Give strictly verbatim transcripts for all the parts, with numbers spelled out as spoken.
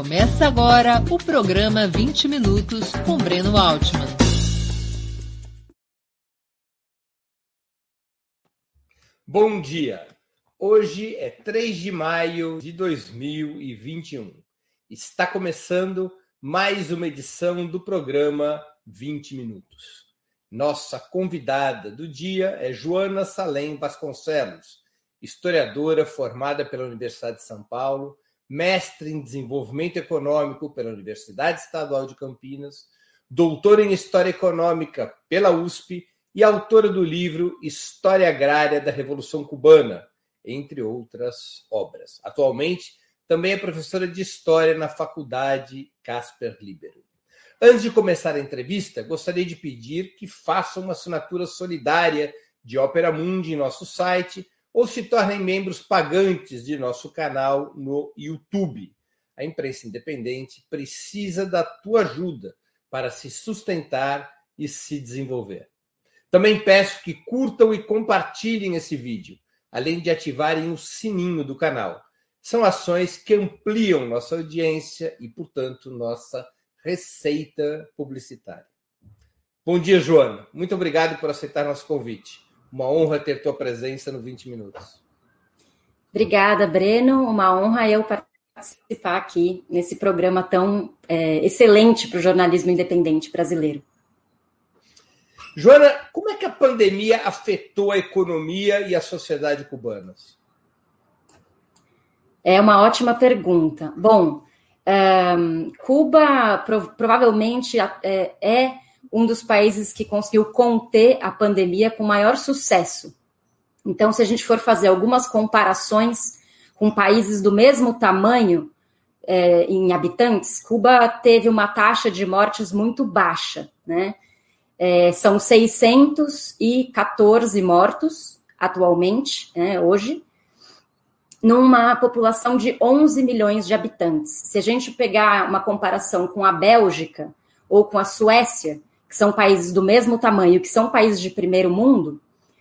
Começa agora o programa vinte minutos com Breno Altman. Bom dia! Hoje é três de maio de dois mil e vinte e um. Está começando mais uma edição do programa vinte minutos. Nossa convidada do dia é Joana Salem Vasconcelos, historiadora formada pela Universidade de São Paulo, mestre em Desenvolvimento Econômico pela Universidade Estadual de Campinas, doutora em História Econômica pela U S P e autora do livro História Agrária da Revolução Cubana, entre outras obras. Atualmente, também é professora de História na Faculdade Casper Libero. Antes de começar a entrevista, gostaria de pedir que façam uma assinatura solidária de Opera Mundi em nosso site ou se tornem membros pagantes de nosso canal no YouTube. A imprensa independente precisa da tua ajuda para se sustentar e se desenvolver. Também peço que curtam e compartilhem esse vídeo, além de ativarem o sininho do canal. São ações que ampliam nossa audiência e, portanto, nossa receita publicitária. Bom dia, Joana. Muito obrigado por aceitar nosso convite. Uma honra ter tua presença no vinte minutos. Obrigada, Breno. Uma honra eu participar aqui nesse programa tão é, excelente para o jornalismo independente brasileiro. Joana, como é que a pandemia afetou a economia e a sociedade cubanas? É uma ótima pergunta. Bom, um, Cuba prov- provavelmente é, é um dos países que conseguiu conter a pandemia com maior sucesso. Então, se a gente for fazer algumas comparações com países do mesmo tamanho é, em habitantes, Cuba teve uma taxa de mortes muito baixa, né? É, são seiscentos e quatorze mortos atualmente, né, hoje, numa população de onze milhões de habitantes. Se a gente pegar uma comparação com a Bélgica ou com a Suécia, que são países do mesmo tamanho, que são países de primeiro mundo,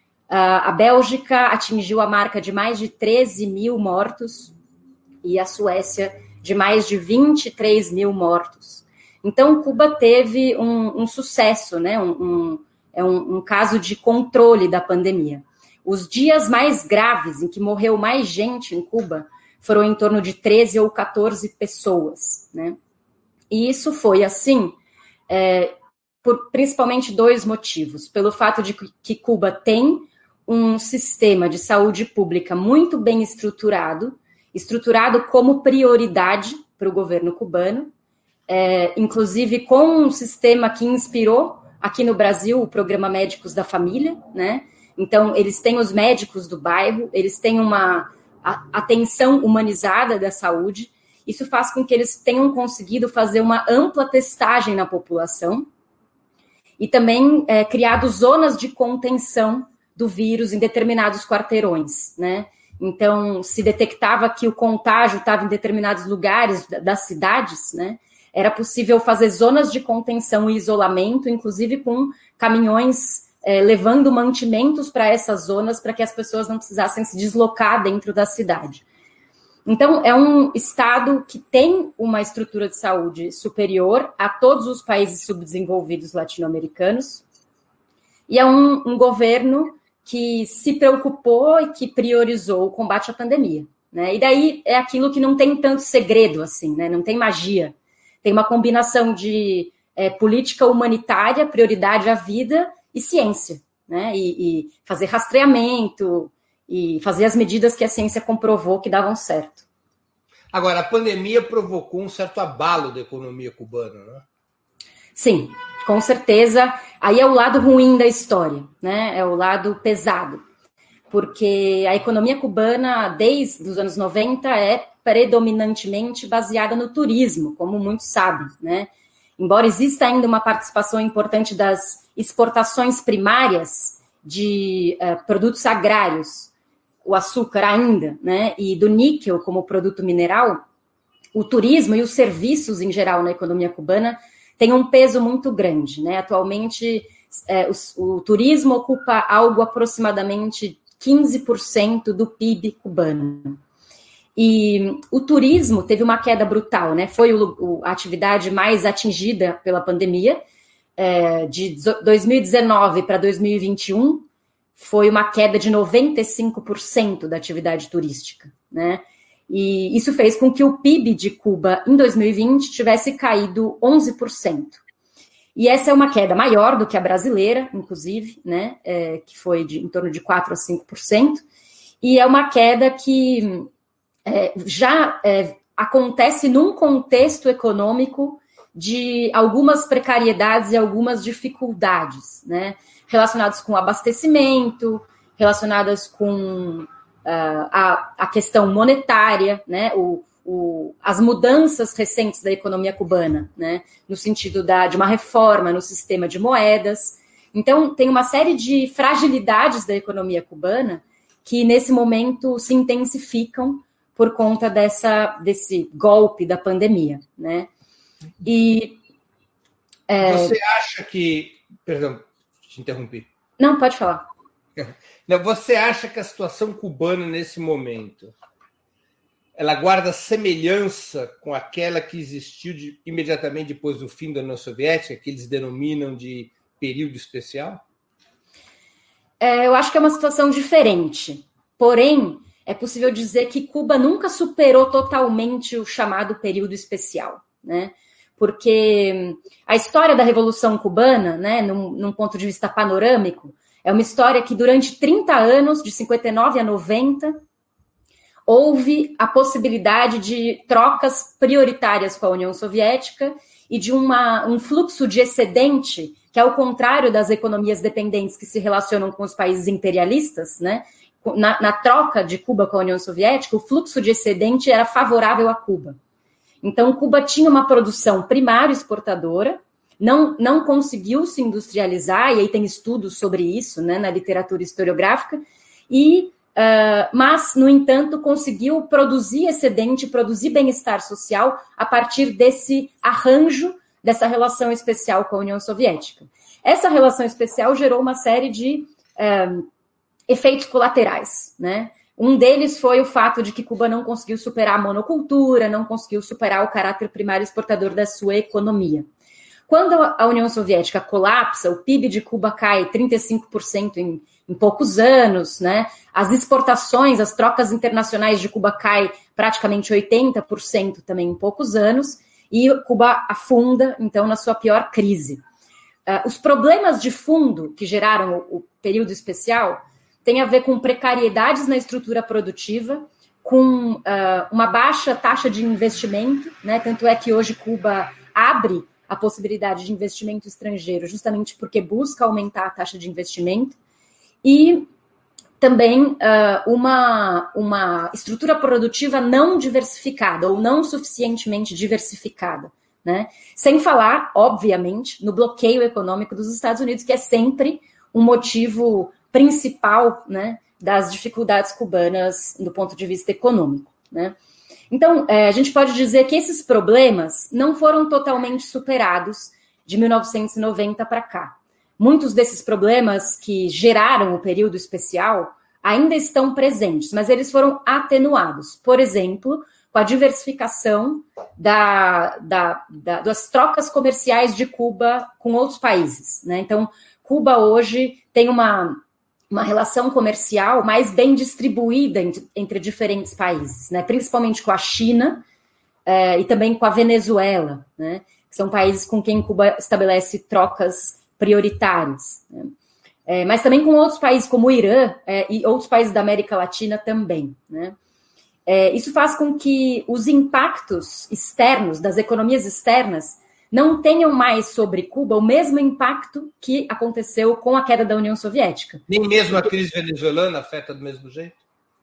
a Bélgica atingiu a marca de mais de treze mil mortos e a Suécia de mais de vinte e três mil mortos. Então, Cuba teve um, um sucesso, né? um, um, é um, um caso de controle da pandemia. Os dias mais graves, em que morreu mais gente em Cuba, foram em torno de treze ou quatorze pessoas, né? E isso foi assim, é, por principalmente dois motivos. Pelo fato de que Cuba tem um sistema de saúde pública muito bem estruturado, estruturado como prioridade para o governo cubano, é, inclusive com um sistema que inspirou aqui no Brasil o Programa Médicos da Família, né? Então, eles têm os médicos do bairro, eles têm uma atenção humanizada da saúde. Isso faz com que eles tenham conseguido fazer uma ampla testagem na população e também é, criado zonas de contenção do vírus em determinados quarteirões, né? Então, se detectava que o contágio estava em determinados lugares das cidades, né? Era possível fazer zonas de contenção e isolamento, inclusive com caminhões é, levando mantimentos para essas zonas, para que as pessoas não precisassem se deslocar dentro da cidade. Então, é um estado que tem uma estrutura de saúde superior a todos os países subdesenvolvidos latino-americanos, e é um, um governo que se preocupou e que priorizou o combate à pandemia, né? E daí é aquilo que não tem tanto segredo, assim, né? Não tem magia. Tem uma combinação de é, política humanitária, prioridade à vida e ciência, né? E, e fazer rastreamento e fazer as medidas que a ciência comprovou que davam certo. Agora, a pandemia provocou um certo abalo da economia cubana, né? Sim, com certeza. Aí é o lado ruim da história, né? É o lado pesado. Porque a economia cubana, desde os anos noventa, é predominantemente baseada no turismo, como muitos sabem, né? Embora exista ainda uma participação importante das exportações primárias de uh, produtos agrários, o açúcar ainda, né? E do níquel como produto mineral, o turismo e os serviços em geral na economia cubana têm um peso muito grande, né? Atualmente, é, o, o turismo ocupa algo aproximadamente quinze por cento do P I B cubano. E o turismo teve uma queda brutal, né? Foi o, o, a atividade mais atingida pela pandemia. É, de dois mil e dezenove para dois mil e vinte e um, foi uma queda de noventa e cinco por cento da atividade turística, né? E isso fez com que o P I B de Cuba, em dois mil e vinte, tivesse caído onze por cento. E essa é uma queda maior do que a brasileira, inclusive, né? É, que foi de, em torno de quatro a cinco por cento. E é uma queda que é, já é, acontece num contexto econômico de algumas precariedades e algumas dificuldades, né? Relacionadas com abastecimento, relacionadas com Uh, a, a questão monetária, né, o, o, as mudanças recentes da economia cubana, né, no sentido da, de uma reforma no sistema de moedas. Então, tem uma série de fragilidades da economia cubana que, nesse momento, se intensificam por conta dessa, desse golpe da pandemia, né. E... É... Você acha que... Perdão, te interrompi. Não, pode falar. Você acha que a situação cubana nesse momento ela guarda semelhança com aquela que existiu de, imediatamente depois do fim da União Soviética, que eles denominam de período especial? É, eu acho que é uma situação diferente. Porém, é possível dizer que Cuba nunca superou totalmente o chamado período especial, né? Porque a história da Revolução Cubana, né, num, num ponto de vista panorâmico, é uma história que durante trinta anos, de cinquenta e nove a noventa, houve a possibilidade de trocas prioritárias com a União Soviética e de uma, um fluxo de excedente, que ao contrário das economias dependentes que se relacionam com os países imperialistas, né, na, na troca de Cuba com a União Soviética, o fluxo de excedente era favorável a Cuba. Então, Cuba tinha uma produção primária exportadora, Não, não conseguiu se industrializar, e aí tem estudos sobre isso, né, na literatura historiográfica, e, uh, mas, no entanto, conseguiu produzir excedente, produzir bem-estar social a partir desse arranjo, dessa relação especial com a União Soviética. Essa relação especial gerou uma série de uh, efeitos colaterais, né? Um deles foi o fato de que Cuba não conseguiu superar a monocultura, não conseguiu superar o caráter primário exportador da sua economia. Quando a União Soviética colapsa, o P I B de Cuba cai trinta e cinco por cento em, em poucos anos, né? As exportações, as trocas internacionais de Cuba caem praticamente oitenta por cento também em poucos anos, e Cuba afunda, então, na sua pior crise. Uh, os problemas de fundo que geraram o, o período especial têm a ver com precariedades na estrutura produtiva, com uh, uma baixa taxa de investimento, né? Tanto é que hoje Cuba abre a possibilidade de investimento estrangeiro, justamente porque busca aumentar a taxa de investimento, e também uh, uma, uma estrutura produtiva não diversificada, ou não suficientemente diversificada, né? Sem falar, obviamente, no bloqueio econômico dos Estados Unidos, que é sempre um motivo principal, né, das dificuldades cubanas do ponto de vista econômico, né? Então, é, a gente pode dizer que esses problemas não foram totalmente superados de mil novecentos e noventa para cá. Muitos desses problemas que geraram o período especial ainda estão presentes, mas eles foram atenuados. Por exemplo, com a diversificação da, da, da, das trocas comerciais de Cuba com outros países, né? Então, Cuba hoje tem uma... uma relação comercial mais bem distribuída entre, entre diferentes países, né? Principalmente com a China é, e também com a Venezuela, né? Que são países com quem Cuba estabelece trocas prioritárias, né? É, mas também com outros países como o Irã é, e outros países da América Latina também, né? É, isso faz com que os impactos externos, das economias externas, não tenham mais sobre Cuba o mesmo impacto que aconteceu com a queda da União Soviética. Nem mesmo a crise venezuelana afeta do mesmo jeito?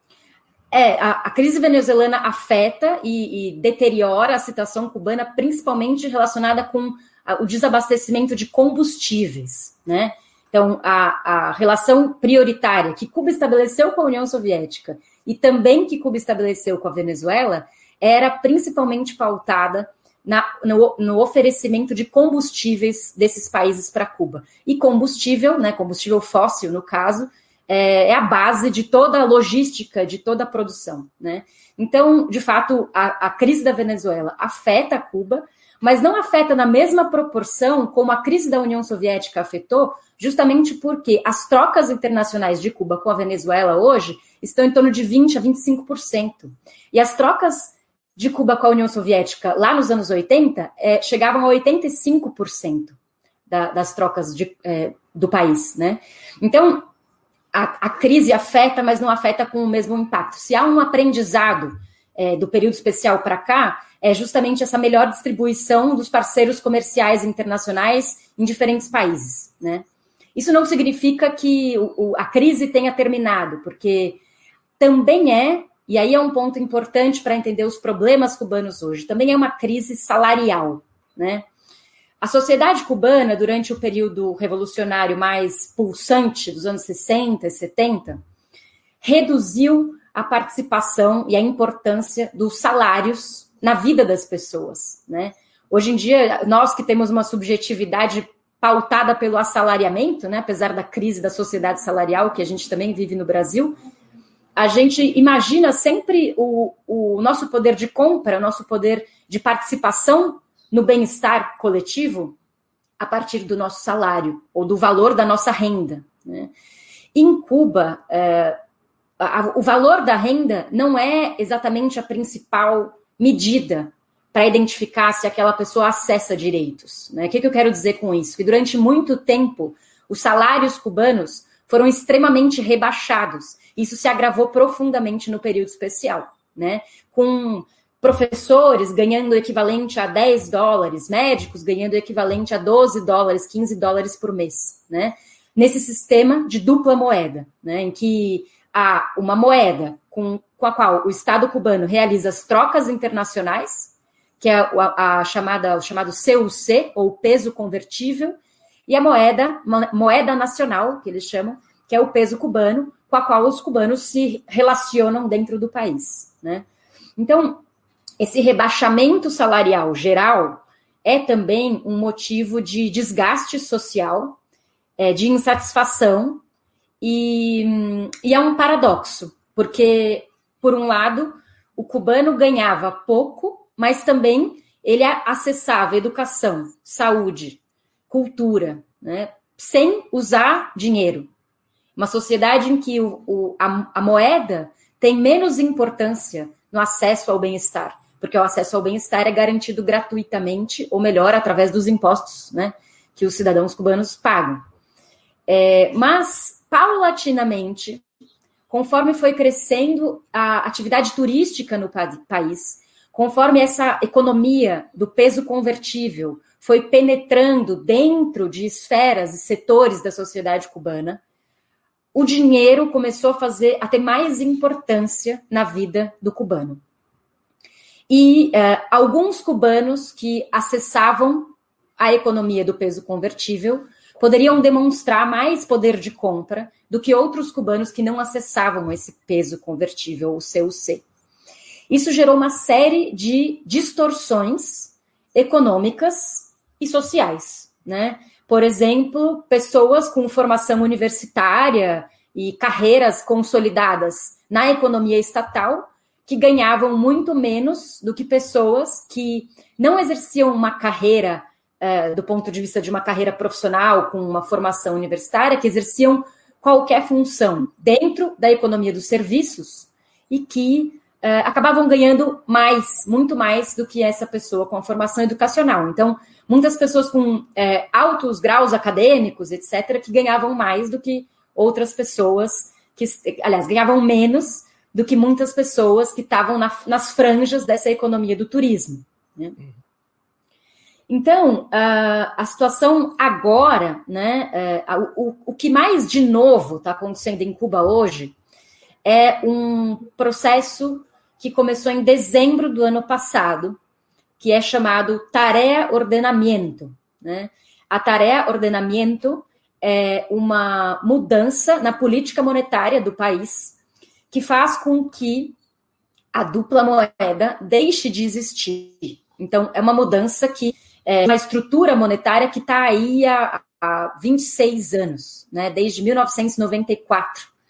É, a, a crise venezuelana afeta e, e deteriora a situação cubana, principalmente relacionada com a, o desabastecimento de combustíveis, né? Então, a, a relação prioritária que Cuba estabeleceu com a União Soviética e também que Cuba estabeleceu com a Venezuela era principalmente pautada Na, no, no oferecimento de combustíveis desses países para Cuba. E combustível, né, combustível fóssil, no caso, é, é a base de toda a logística, de toda a produção, né? Então, de fato, a, a crise da Venezuela afeta Cuba, mas não afeta na mesma proporção como a crise da União Soviética afetou, justamente porque as trocas internacionais de Cuba com a Venezuela hoje estão em torno de vinte a vinte e cinco por cento. E as trocas de Cuba com a União Soviética, lá nos anos oitenta, é, chegavam a oitenta e cinco por cento da, das trocas de, é, do país, né? Então, a, a crise afeta, mas não afeta com o mesmo impacto. Se há um aprendizado é, do período especial para cá, é justamente essa melhor distribuição dos parceiros comerciais internacionais em diferentes países, né? Isso não significa que o, o, a crise tenha terminado, porque também é, e aí é um ponto importante para entender os problemas cubanos hoje, também é uma crise salarial, né? A sociedade cubana, durante o período revolucionário mais pulsante dos anos sessenta e setenta, reduziu a participação e a importância dos salários na vida das pessoas, né? Hoje em dia, nós que temos uma subjetividade pautada pelo assalariamento, né, apesar da crise da sociedade salarial que a gente também vive no Brasil, a gente imagina sempre o, o nosso poder de compra, o nosso poder de participação no bem-estar coletivo a partir do nosso salário ou do valor da nossa renda, né? Em Cuba, é, a, o valor da renda não é exatamente a principal medida para identificar se aquela pessoa acessa direitos, né? O que, que eu quero dizer com isso? Que durante muito tempo, os salários cubanos foram extremamente rebaixados. Isso se agravou profundamente no período especial, né? Com professores ganhando o equivalente a dez dólares, médicos ganhando o equivalente a doze dólares, quinze dólares por mês, né? Nesse sistema de dupla moeda, né? Em que há uma moeda com, com a qual o Estado cubano realiza as trocas internacionais, que é a, a chamada, o chamado C U C, ou peso convertível, e a moeda, moeda nacional, que eles chamam, que é o peso cubano, com a qual os cubanos se relacionam dentro do país, né? Então, esse rebaixamento salarial geral é também um motivo de desgaste social, é, de insatisfação, e, e é um paradoxo, porque, por um lado, o cubano ganhava pouco, mas também ele acessava educação, saúde, cultura, né, sem usar dinheiro. Uma sociedade em que o, o, a, a moeda tem menos importância no acesso ao bem-estar, porque o acesso ao bem-estar é garantido gratuitamente, ou melhor, através dos impostos, né, que os cidadãos cubanos pagam. É, mas, paulatinamente, conforme foi crescendo a atividade turística no pa- país, conforme essa economia do peso convertível foi penetrando dentro de esferas e setores da sociedade cubana, o dinheiro começou a, fazer, a ter mais importância na vida do cubano. E uh, alguns cubanos que acessavam a economia do peso convertível poderiam demonstrar mais poder de compra do que outros cubanos que não acessavam esse peso convertível, o C U C. Isso gerou uma série de distorções econômicas e sociais, né? Por exemplo, pessoas com formação universitária e carreiras consolidadas na economia estatal que ganhavam muito menos do que pessoas que não exerciam uma carreira, uh, do ponto de vista de uma carreira profissional com uma formação universitária, que exerciam qualquer função dentro da economia dos serviços e que uh, acabavam ganhando mais, muito mais do que essa pessoa com a formação educacional. Então, muitas pessoas com uh, altos graus acadêmicos, etcétera, que ganhavam mais do que outras pessoas que, aliás, ganhavam menos do que muitas pessoas que estavam na, nas franjas dessa economia do turismo, né? Então, a, a situação agora, né, é, o, o que mais de novo está acontecendo em Cuba hoje é um processo que começou em dezembro do ano passado, que é chamado Tarea Ordenamiento, né? A Tarea Ordenamiento é uma mudança na política monetária do país que faz com que a dupla moeda deixe de existir. Então, é uma mudança que é uma estrutura monetária que está aí há, há vinte e seis anos, né? Desde mil novecentos e noventa e quatro,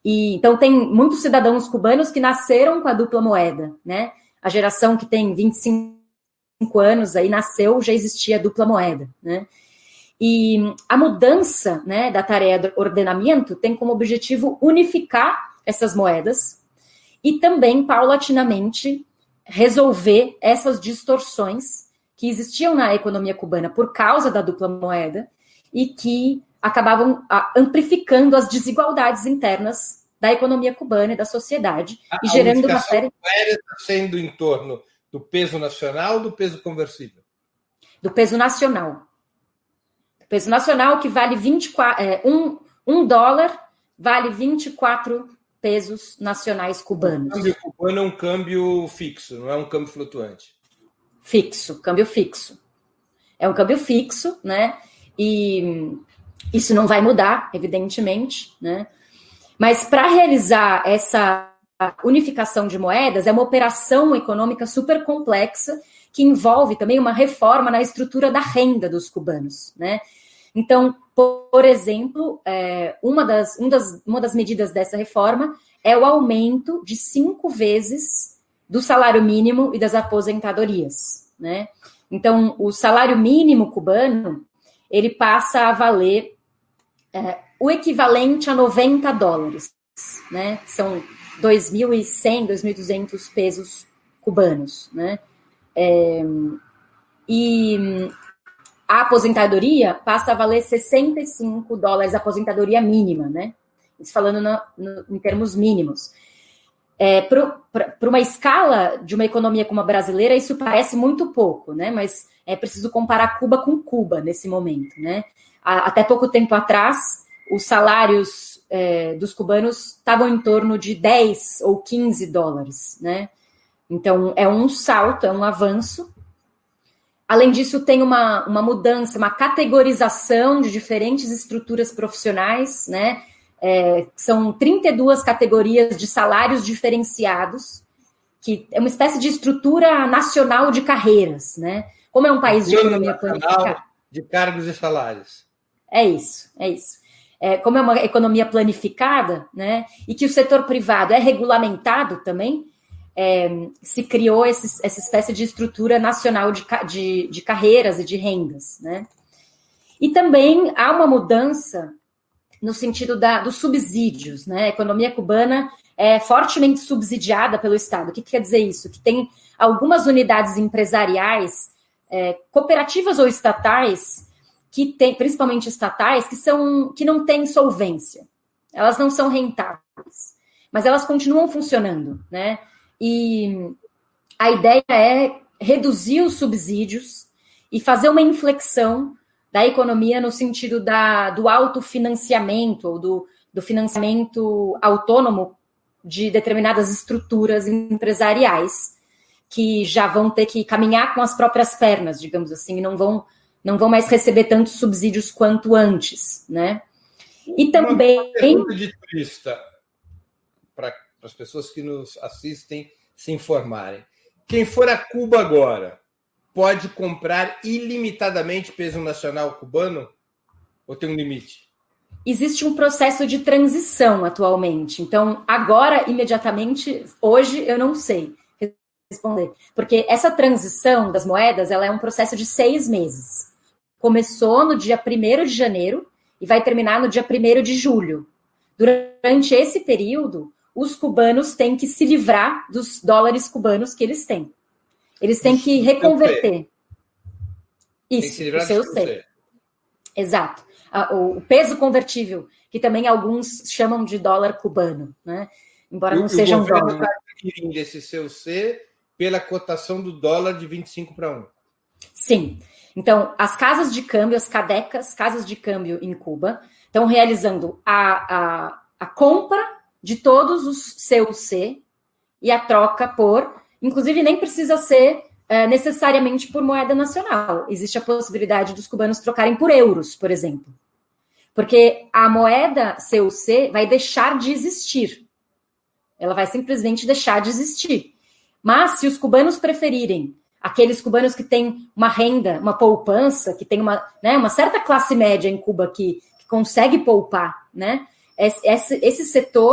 E, então, tem muitos cidadãos cubanos que nasceram com a dupla moeda, né? A geração que tem vinte e cinco anos aí nasceu, já existia a dupla moeda, né? E a mudança, né, da tarefa de ordenamento tem como objetivo unificar essas moedas e também, paulatinamente, resolver essas distorções que existiam na economia cubana por causa da dupla moeda e que acabavam amplificando as desigualdades internas da economia cubana e da sociedade, a, e gerando uma A série... moeda está sendo em torno do peso nacional ou do peso conversível? Do peso nacional. O peso nacional que vale vinte e quatro... É, um, um dólar vale vinte e quatro pesos nacionais cubanos. O câmbio cubano é um câmbio fixo, não é um câmbio flutuante. Fixo, câmbio fixo. É um câmbio fixo, né? E isso não vai mudar, evidentemente, né? Mas para realizar essa unificação de moedas é uma operação econômica super complexa que envolve também uma reforma na estrutura da renda dos cubanos, né? Então, por exemplo, é, uma, das, um das, uma das medidas dessa reforma é o aumento de cinco vezes do salário mínimo e das aposentadorias, né? Então, o salário mínimo cubano, ele passa a valer é, o equivalente a noventa dólares, né? São dois mil e cem, dois mil e duzentos pesos cubanos, né? É, e a aposentadoria passa a valer sessenta e cinco dólares, a aposentadoria mínima, né? Isso falando no, no, em termos mínimos. É, para uma escala de uma economia como a brasileira, isso parece muito pouco, né? Mas é preciso comparar Cuba com Cuba nesse momento, né? Até pouco tempo atrás, os salários é, dos cubanos estavam em torno de dez ou quinze dólares, né? Então, é um salto, é um avanço. Além disso, tem uma, uma mudança, uma categorização de diferentes estruturas profissionais, né? É, são trinta e duas categorias de salários diferenciados, que é uma espécie de estrutura nacional de carreiras, né? Como é um país de economia planificada. De cargos e salários. É isso, é isso. É, como é uma economia planificada, né? E que o setor privado é regulamentado também, é, se criou esse, essa espécie de estrutura nacional de, de, de carreiras e de rendas, né? E também há uma mudança no sentido da, dos subsídios, né? A economia cubana é fortemente subsidiada pelo Estado. O que quer dizer isso? Que tem algumas unidades empresariais, é, cooperativas ou estatais, que tem, principalmente estatais, que, são, que não têm solvência. Elas não são rentáveis, mas elas continuam funcionando, né? E a ideia é reduzir os subsídios e fazer uma inflexão da economia no sentido da, do autofinanciamento, ou do, do financiamento autônomo de determinadas estruturas empresariais, que já vão ter que caminhar com as próprias pernas, digamos assim, e não vão, não vão mais receber tantos subsídios quanto antes, né? E também... Uma pergunta de turista, para as pessoas que nos assistem se informarem. Quem for a Cuba agora, pode comprar ilimitadamente peso nacional cubano? Ou tem um limite? Existe um processo de transição atualmente. Então, agora, imediatamente, hoje, eu não sei responder. Porque essa transição das moedas, ela é um processo de seis meses. Começou no dia primeiro de janeiro e vai terminar no dia primeiro de julho. Durante esse período, os cubanos têm que se livrar dos dólares cubanos que eles têm. Eles têm que reconverter. Isso, o seu C. Exato. O peso convertível, que também alguns chamam de dólar cubano, né? Embora não seja um dólar. O governo está adquirindo esse seu C pela cotação do dólar de vinte e cinco para um. Sim. Então, as casas de câmbio, as cadecas, casas de câmbio em Cuba, estão realizando a, a, a compra de todos os C U C e a troca por... Inclusive, nem precisa ser é, necessariamente por moeda nacional. Existe a possibilidade dos cubanos trocarem por euros, por exemplo. Porque a moeda C U C vai deixar de existir. Ela vai simplesmente deixar de existir. Mas, se os cubanos preferirem, aqueles cubanos que têm uma renda, uma poupança, que tem uma, né, uma certa classe média em Cuba que, que consegue poupar, né? Esse, esse setor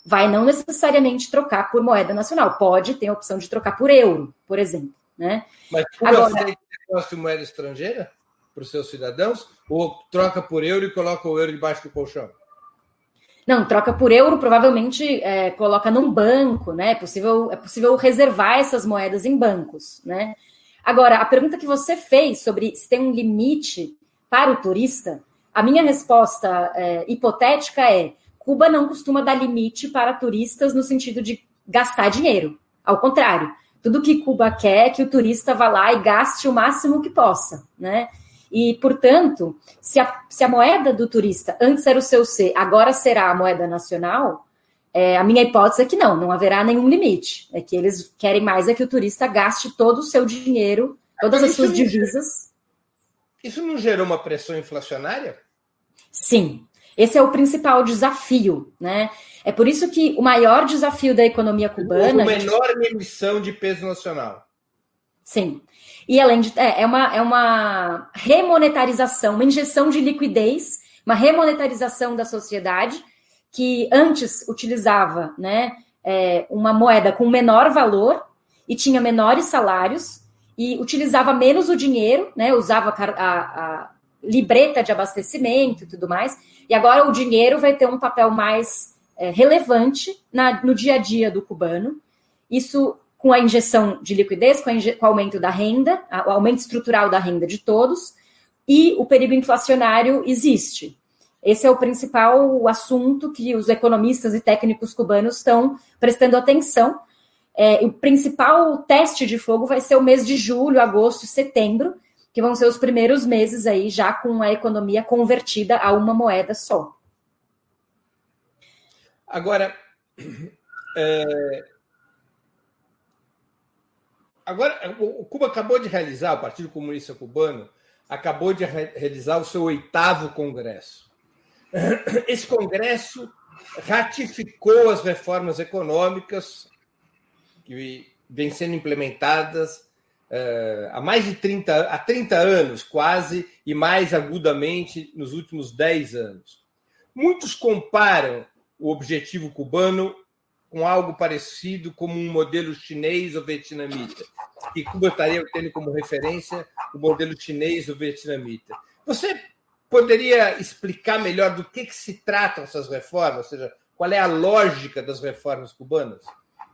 vai não necessariamente trocar por moeda nacional. Pode ter a opção de trocar por euro, por exemplo. Né? Mas Cuba Agora, aceita negócio de moeda estrangeira para os seus cidadãos? Ou troca por euro e coloca o euro debaixo do colchão? Não, troca por euro, provavelmente é, coloca num banco, né? É possível, é possível reservar essas moedas em bancos, né? Agora, a pergunta que você fez sobre se tem um limite para o turista, a minha resposta é, hipotética é: Cuba não costuma dar limite para turistas no sentido de gastar dinheiro. Ao contrário, tudo que Cuba quer é que o turista vá lá e gaste o máximo que possa, né? E, portanto, se a, se a moeda do turista antes era o seu C, agora será a moeda nacional, é, a minha hipótese é que não, não haverá nenhum limite. É que eles querem mais é que o turista gaste todo o seu dinheiro, todas as suas divisas. Isso não gerou uma pressão inflacionária? Sim, esse é o principal desafio, né? É por isso que o maior desafio da economia cubana... Uma enorme emissão de peso nacional. Sim. E além de... É, é, uma, é uma remonetarização, uma injeção de liquidez, uma remonetarização da sociedade que antes utilizava, né, é, uma moeda com menor valor e tinha menores salários e utilizava menos o dinheiro, né, usava a, a libreta de abastecimento e tudo mais, e agora o dinheiro vai ter um papel mais é, relevante na, no dia a dia do cubano. Isso com a injeção de liquidez, com, inje- com o aumento da renda, a, o aumento estrutural da renda de todos, e o perigo inflacionário existe. Esse é o principal assunto que os economistas e técnicos cubanos estão prestando atenção. É, o principal teste de fogo vai ser o mês de julho, agosto e setembro, que vão ser os primeiros meses aí já com a economia convertida a uma moeda só. Agora, é... Agora, o Cuba acabou de realizar, o Partido Comunista Cubano acabou de re- realizar o seu oitavo congresso. Esse congresso ratificou as reformas econômicas que vêm sendo implementadas uh, há mais de trinta, há trinta anos, quase, e mais agudamente nos últimos dez anos. Muitos comparam o objetivo cubano com algo parecido como um modelo chinês ou vietnamita, que Cuba estaria tendo como referência o modelo chinês ou vietnamita. Você poderia explicar melhor do que, que se tratam essas reformas? Ou seja, qual é a lógica das reformas cubanas?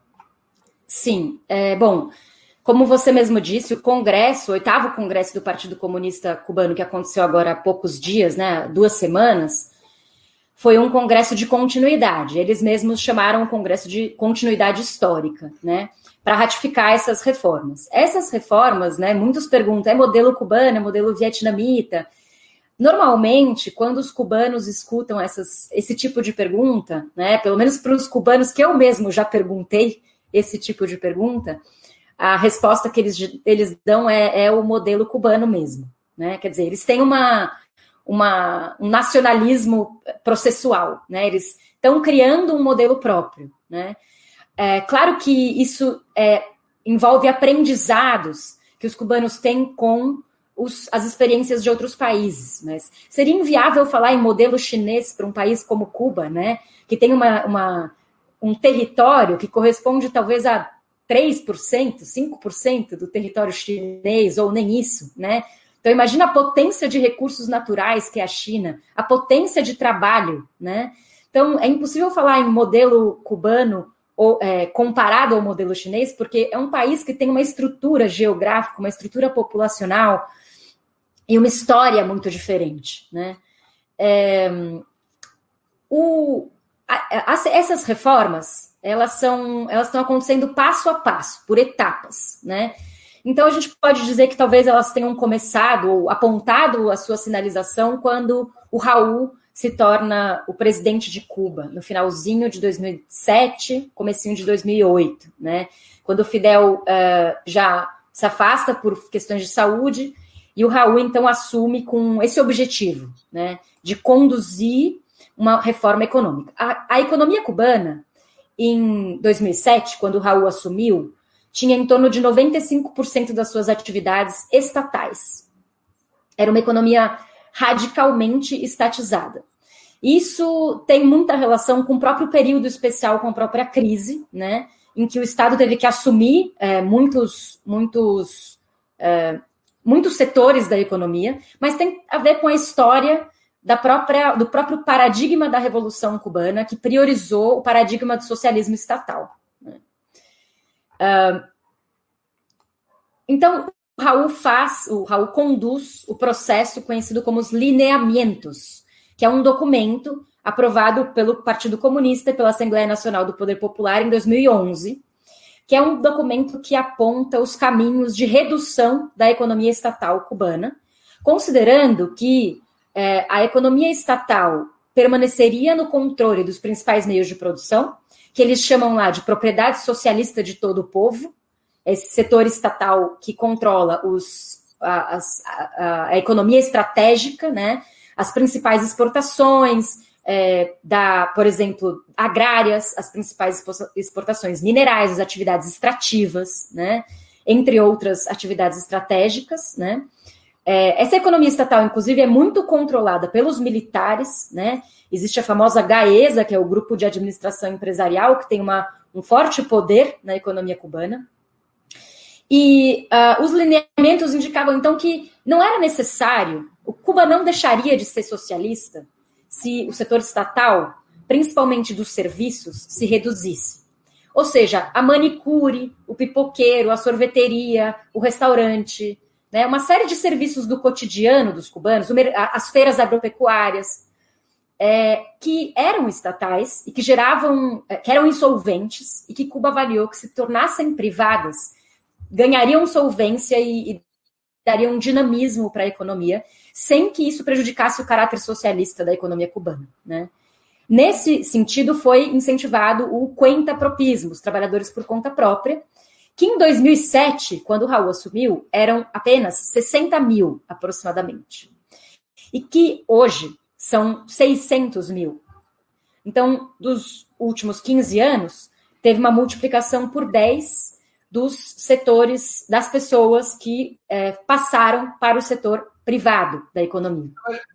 Sim, é, bom, como você mesmo disse, o Congresso, o oitavo Congresso do Partido Comunista Cubano, que aconteceu agora há poucos dias, né, duas semanas, foi um congresso de continuidade. Eles mesmos chamaram o congresso de continuidade histórica, né, para ratificar essas reformas. Essas reformas, né, muitos perguntam, é modelo cubano, é modelo vietnamita? Normalmente, quando os cubanos escutam essas, esse tipo de pergunta, né, pelo menos para os cubanos que eu mesmo já perguntei esse tipo de pergunta, a resposta que eles, eles dão é, é o modelo cubano mesmo, né? Quer dizer, eles têm uma... Uma, um nacionalismo processual, né? Eles estão criando um modelo próprio, né? É claro que isso é, envolve aprendizados que os cubanos têm com os, as experiências de outros países, mas seria inviável falar em modelo chinês para um país como Cuba, né? Que tem uma, uma, um território que corresponde talvez a três por cento, cinco por cento do território chinês, ou nem isso, né? Então, imagina a potência de recursos naturais que é a China, a potência de trabalho, né? Então, é impossível falar em modelo cubano ou, é, comparado ao modelo chinês, porque é um país que tem uma estrutura geográfica, uma estrutura populacional e uma história muito diferente, né? É, o, a, a, essas reformas, elas são, elas estão acontecendo passo a passo, por etapas, né? Então, a gente pode dizer que talvez elas tenham começado ou apontado a sua sinalização quando o Raul se torna o presidente de Cuba, no finalzinho de dois mil e sete, comecinho de dois mil e oito, né? Quando o Fidel uh, já se afasta por questões de saúde e o Raul, então, assume com esse objetivo, né, de conduzir uma reforma econômica. A, a economia cubana, em dois mil e sete, quando o Raul assumiu, tinha em torno de noventa e cinco por cento das suas atividades estatais. Era uma economia radicalmente estatizada. Isso tem muita relação com o próprio período especial, com a própria crise, né, em que o Estado teve que assumir é, muitos, muitos, é, muitos setores da economia, mas tem a ver com a história da própria, do próprio paradigma da Revolução Cubana, que priorizou o paradigma do socialismo estatal. Né. Uh, então, o Raul faz, o Raul conduz o processo conhecido como os lineamentos, que é um documento aprovado pelo Partido Comunista e pela Assembleia Nacional do Poder Popular em dois mil e onze, que é um documento que aponta os caminhos de redução da economia estatal cubana, considerando que é, a economia estatal permaneceria no controle dos principais meios de produção, que eles chamam lá de propriedade socialista de todo o povo, esse setor estatal que controla os, a, a, a economia estratégica, né, as principais exportações, é, da, por exemplo, agrárias, as principais exportações minerais, as atividades extrativas, né, entre outras atividades estratégicas, né. É, essa economia estatal, inclusive, é muito controlada pelos militares, né. Existe a famosa GAESA, que é o Grupo de Administração Empresarial, que tem uma, um forte poder na economia cubana. E uh, os lineamentos indicavam, então, que não era necessário, o Cuba não deixaria de ser socialista se o setor estatal, principalmente dos serviços, se reduzisse. Ou seja, a manicure, o pipoqueiro, a sorveteria, o restaurante, né, uma série de serviços do cotidiano dos cubanos, as feiras agropecuárias, é, que eram estatais e que geravam, que eram insolventes e que Cuba avaliou que se tornassem privadas, ganhariam solvência e, e dariam um dinamismo para a economia, sem que isso prejudicasse o caráter socialista da economia cubana, né? Nesse sentido, foi incentivado o cuentapropismo, os trabalhadores por conta própria, que em dois mil e sete, quando o Raul assumiu, eram apenas sessenta mil, aproximadamente. E que hoje são seiscentos mil. Então, dos últimos quinze anos, teve uma multiplicação por dez dos setores, das pessoas que é, passaram para o setor privado da economia.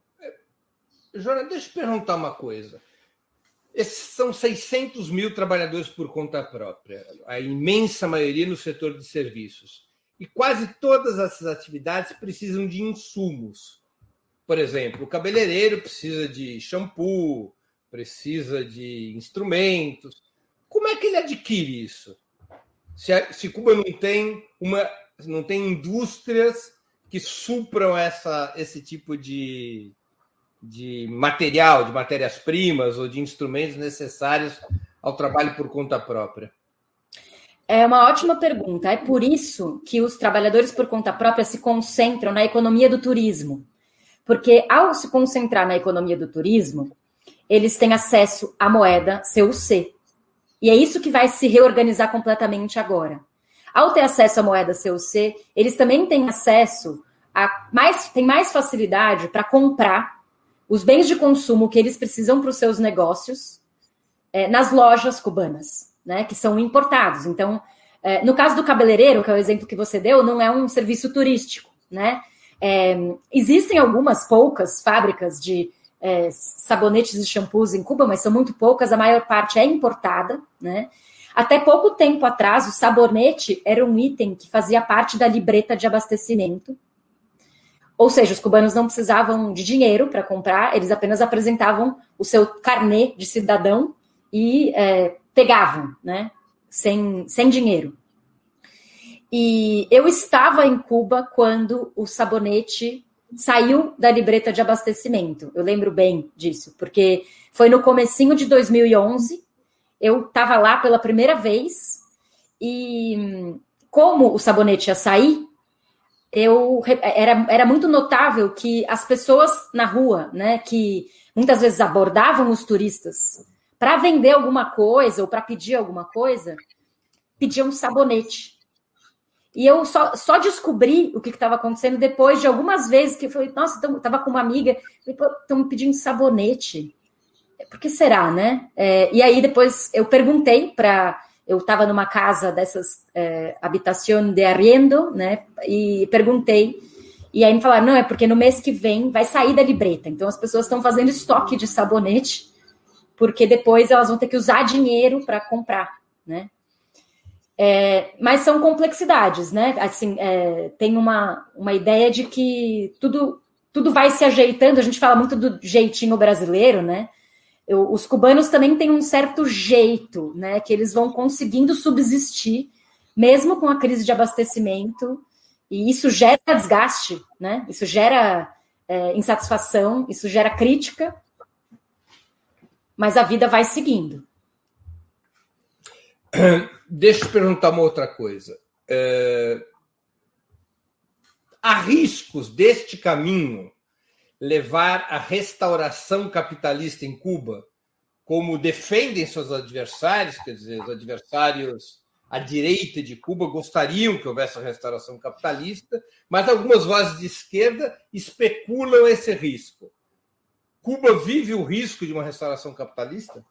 Joana, deixa eu perguntar uma coisa. Esses são seiscentos mil trabalhadores por conta própria, a imensa maioria no setor de serviços. E quase todas essas atividades precisam de insumos. Por exemplo, o cabeleireiro precisa de shampoo, precisa de instrumentos. Como é que ele adquire isso? Se, a, se Cuba não tem, uma, não tem indústrias que supram essa, esse tipo de, de material, de matérias-primas ou de instrumentos necessários ao trabalho por conta própria? É uma ótima pergunta. É por isso que os trabalhadores por conta própria se concentram na economia do turismo. Porque ao se concentrar na economia do turismo, eles têm acesso à moeda C U C. E é isso que vai se reorganizar completamente agora. Ao ter acesso à moeda C U C, eles também têm acesso a mais, têm mais facilidade para comprar os bens de consumo que eles precisam para os seus negócios é, nas lojas cubanas, né, que são importados. Então, é, no caso do cabeleireiro, que é o exemplo que você deu, não é um serviço turístico, né? É, existem algumas poucas fábricas de É, sabonetes e shampoos em Cuba, mas são muito poucas, a maior parte é importada, né? Até pouco tempo atrás, o sabonete era um item que fazia parte da libreta de abastecimento, ou seja, os cubanos não precisavam de dinheiro para comprar, eles apenas apresentavam o seu carnê de cidadão e é, pegavam, né? Sem, sem dinheiro. E eu estava em Cuba quando o sabonete saiu da libreta de abastecimento. Eu lembro bem disso, porque foi no comecinho de dois mil e onze, eu estava lá pela primeira vez, e como o sabonete ia sair, eu, era, era muito notável que as pessoas na rua, né, que muitas vezes abordavam os turistas para vender alguma coisa ou para pedir alguma coisa, pediam sabonete. E eu só, só descobri o que estava acontecendo depois de algumas vezes que eu falei, nossa, estava com uma amiga, estão me pedindo sabonete. Por que será, né? É, e aí depois eu perguntei para... Eu estava numa casa dessas é, habitação de arriendo, né? E perguntei. E aí me falaram, não, é porque no mês que vem vai sair da libreta. Então as pessoas estão fazendo estoque de sabonete, porque depois elas vão ter que usar dinheiro para comprar, né? É, mas são complexidades, né? Assim, é, tem uma, uma ideia de que tudo, tudo vai se ajeitando. A gente fala muito do jeitinho brasileiro, né? Eu, os cubanos também têm um certo jeito, né? Que eles vão conseguindo subsistir, mesmo com a crise de abastecimento. E isso gera desgaste, né? Isso gera é, insatisfação, isso gera crítica. Mas a vida vai seguindo. Deixa eu te perguntar uma outra coisa. É... Há riscos deste caminho levar à restauração capitalista em Cuba, como defendem seus adversários, quer dizer, os adversários à direita de Cuba gostariam que houvesse a restauração capitalista, mas algumas vozes de esquerda especulam esse risco. Cuba vive o risco de uma restauração capitalista?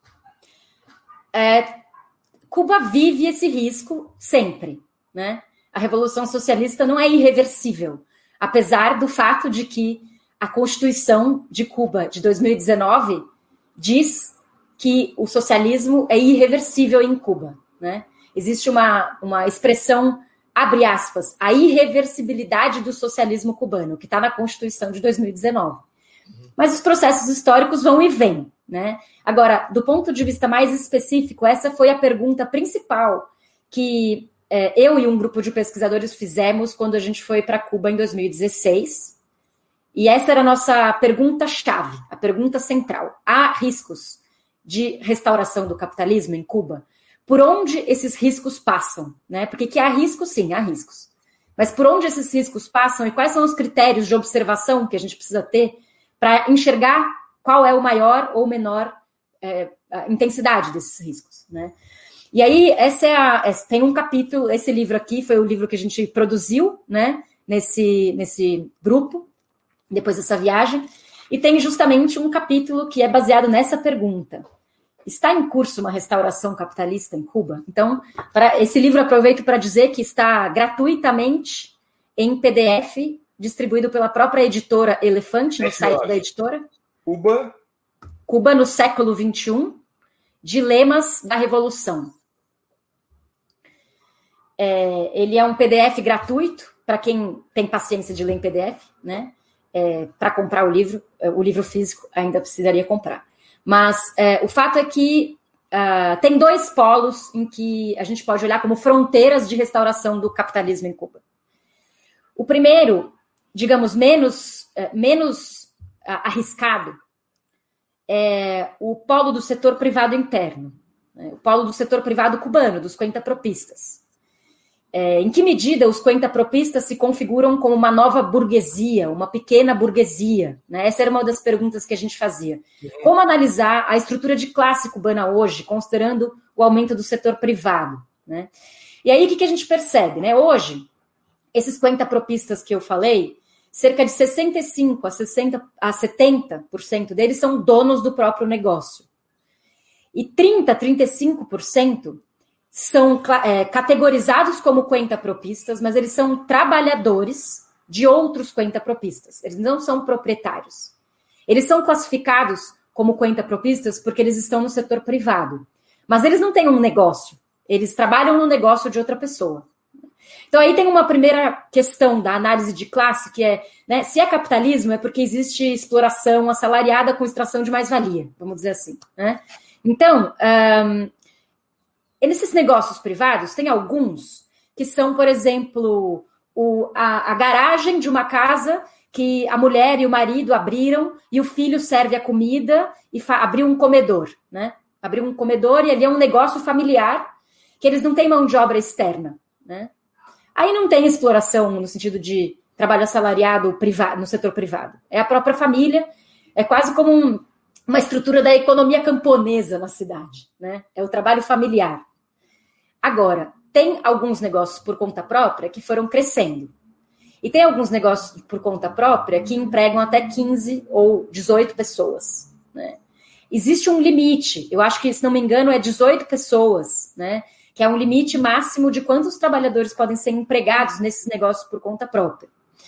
É, Cuba vive esse risco sempre, né? A Revolução Socialista não é irreversível, apesar do fato de que a Constituição de Cuba de dois mil e dezenove diz que o socialismo é irreversível em Cuba, né? Existe uma, uma expressão, abre aspas, a irreversibilidade do socialismo cubano, que está na Constituição de dois mil e dezenove. Mas os processos históricos vão e vêm, né? Agora, do ponto de vista mais específico, essa foi a pergunta principal que é, eu e um grupo de pesquisadores fizemos quando a gente foi para Cuba em dois mil e dezesseis. E essa era a nossa pergunta-chave, a pergunta central. Há riscos de restauração do capitalismo em Cuba? Por onde esses riscos passam, né? Porque que há riscos, sim, há riscos. Mas por onde esses riscos passam e quais são os critérios de observação que a gente precisa ter para enxergar qual é o maior ou menor é, a intensidade desses riscos, né? E aí, essa é a, tem um capítulo, esse livro aqui foi o livro que a gente produziu, né, nesse, nesse grupo, depois dessa viagem, e tem justamente um capítulo que é baseado nessa pergunta. Está em curso uma restauração capitalista em Cuba? Então, para esse livro, aproveito para dizer que está gratuitamente em P D F, distribuído pela própria editora Elefante, no site da editora. Cuba. Cuba no século vinte e um, Dilemas da Revolução. É, ele é um P D F gratuito, para quem tem paciência de ler em P D F, né? É, para comprar o livro, o livro físico ainda precisaria comprar. Mas é, o fato é que uh, tem dois polos em que a gente pode olhar como fronteiras de restauração do capitalismo em Cuba. O primeiro, digamos, menos, é, menos uh, arriscado, é o polo do setor privado interno, né? O polo do setor privado cubano, dos cuentapropistas. É, em que medida os cuentapropistas se configuram como uma nova burguesia, uma pequena burguesia, né? Essa era uma das perguntas que a gente fazia. Como analisar a estrutura de classe cubana hoje, considerando o aumento do setor privado, né? E aí, o que, que a gente percebe, né? Hoje, esses cuentapropistas que eu falei, cerca de sessenta e cinco por cento a setenta por cento deles são donos do próprio negócio. E trinta por cento, trinta e cinco por cento são é, categorizados como cuentapropistas, mas eles são trabalhadores de outros cuentapropistas. Eles não são proprietários. Eles são classificados como cuentapropistas porque eles estão no setor privado. Mas eles não têm um negócio. Eles trabalham no negócio de outra pessoa. Então, aí tem uma primeira questão da análise de classe, que é, né, se é capitalismo, é porque existe exploração assalariada com extração de mais-valia, vamos dizer assim, né? Então, um, nesses negócios privados, tem alguns que são, por exemplo, o, a, a garagem de uma casa que a mulher e o marido abriram e o filho serve a comida e fa- abriu um comedor, né? Abriu um comedor e ali é um negócio familiar que eles não têm mão de obra externa, né? Aí não tem exploração no sentido de trabalho assalariado privado, no setor privado. É a própria família, é quase como um, uma estrutura da economia camponesa na cidade, né? É o trabalho familiar. Agora, tem alguns negócios por conta própria que foram crescendo. E tem alguns negócios por conta própria que empregam até quinze ou dezoito pessoas, né? Existe um limite, eu acho que, se não me engano, é dezoito pessoas, né? Que é um limite máximo de quantos trabalhadores podem ser empregados nesses negócios por conta própria.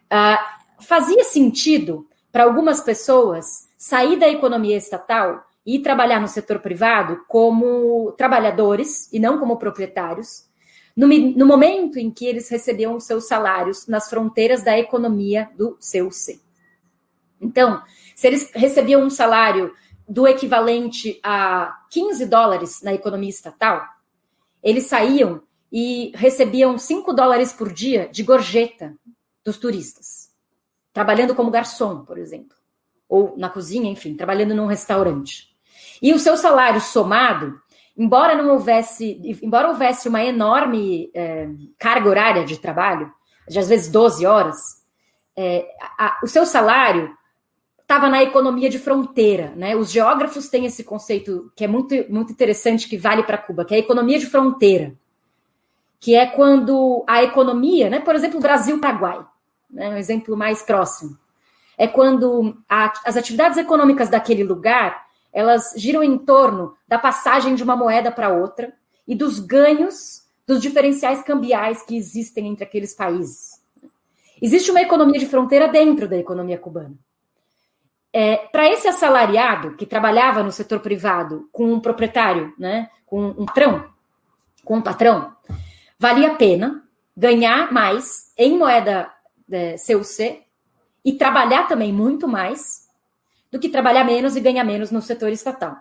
Uh, fazia sentido para algumas pessoas sair da economia estatal e ir trabalhar no setor privado como trabalhadores e não como proprietários, no, no momento em que eles recebiam os seus salários nas fronteiras da economia do C U C. Então, se eles recebiam um salário do equivalente a quinze dólares na economia estatal, eles saíam e recebiam cinco dólares por dia de gorjeta dos turistas, trabalhando como garçom, por exemplo, ou na cozinha, enfim, trabalhando num restaurante. E o seu salário somado, embora não houvesse, embora houvesse uma enorme é, carga horária de trabalho, de às vezes doze horas, é, a, o seu salário estava na economia de fronteira, né? Os geógrafos têm esse conceito que é muito, muito interessante, que vale para Cuba, que é a economia de fronteira, que é quando a economia, né? Por exemplo, o Brasil-Paraguai, né? Um exemplo mais próximo, é quando a, as atividades econômicas daquele lugar, elas giram em torno da passagem de uma moeda para outra e dos ganhos dos diferenciais cambiais que existem entre aqueles países. Existe uma economia de fronteira dentro da economia cubana. É, para esse assalariado que trabalhava no setor privado com um proprietário, né, com um patrão, com um patrão, valia a pena ganhar mais em moeda é, C U C e trabalhar também muito mais do que trabalhar menos e ganhar menos no setor estatal.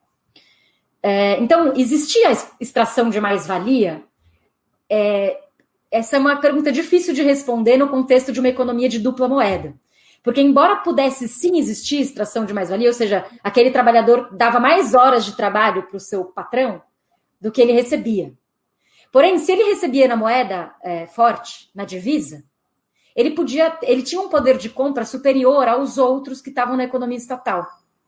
É, então, existia a extração de mais-valia? É, essa é uma pergunta difícil de responder no contexto de uma economia de dupla moeda. Porque, embora pudesse sim existir extração de mais-valia, ou seja, aquele trabalhador dava mais horas de trabalho para o seu patrão do que ele recebia. Porém, se ele recebia na moeda é, forte, na divisa, ele podia, ele tinha um poder de compra superior aos outros que estavam na economia estatal.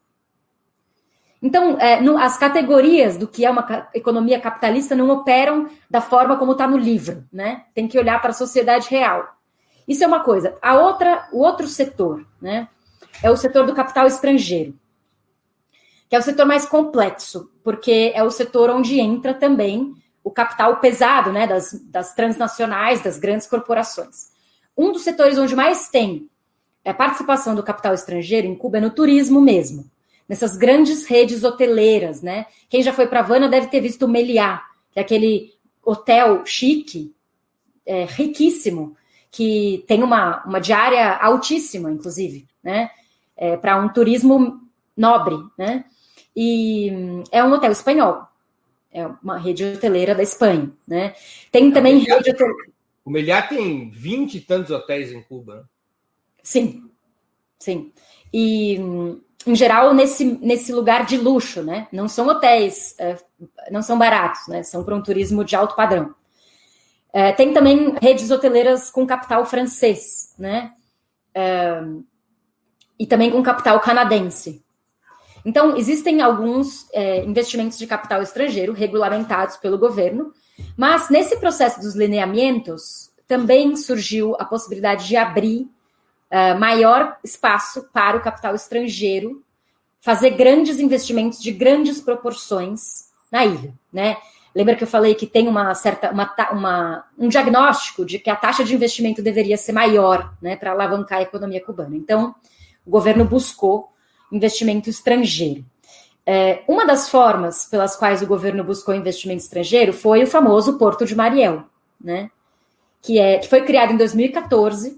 Então, é, no, as categorias do que é uma economia capitalista não operam da forma como está no livro, né? Tem que olhar para a sociedade real. Isso é uma coisa. A outra, o outro setor, né, é o setor do capital estrangeiro, que é o setor mais complexo, porque é o setor onde entra também o capital pesado, né, das, das transnacionais, das grandes corporações. Um dos setores onde mais tem a participação do capital estrangeiro em Cuba é no turismo mesmo, nessas grandes redes hoteleiras, né? Quem já foi para Havana deve ter visto o Meliá, que é aquele hotel chique, é, riquíssimo, que tem uma, uma diária altíssima, inclusive, né? É, para um turismo nobre, né? E é um hotel espanhol, é uma rede hoteleira da Espanha, né? Tem também Meliá, rede hoteleira. O Meliá tem vinte e tantos hotéis em Cuba, né? Sim, sim. E, em geral, nesse, nesse lugar de luxo, né? Não são hotéis, é, não são baratos, né? São para um turismo de alto padrão. É, tem também redes hoteleiras com capital francês, né? É, e também com capital canadense. Então, existem alguns é, investimentos de capital estrangeiro regulamentados pelo governo, mas nesse processo dos lineamentos também surgiu a possibilidade de abrir uh, maior espaço para o capital estrangeiro fazer grandes investimentos de grandes proporções na ilha, né? Lembra que eu falei que tem uma certa, uma, uma, um diagnóstico de que a taxa de investimento deveria ser maior, né, para alavancar a economia cubana. Então, o governo buscou investimento estrangeiro. É, uma das formas pelas quais o governo buscou investimento estrangeiro foi o famoso Porto de Mariel, né, que, é, que foi criado em dois mil e quatorze,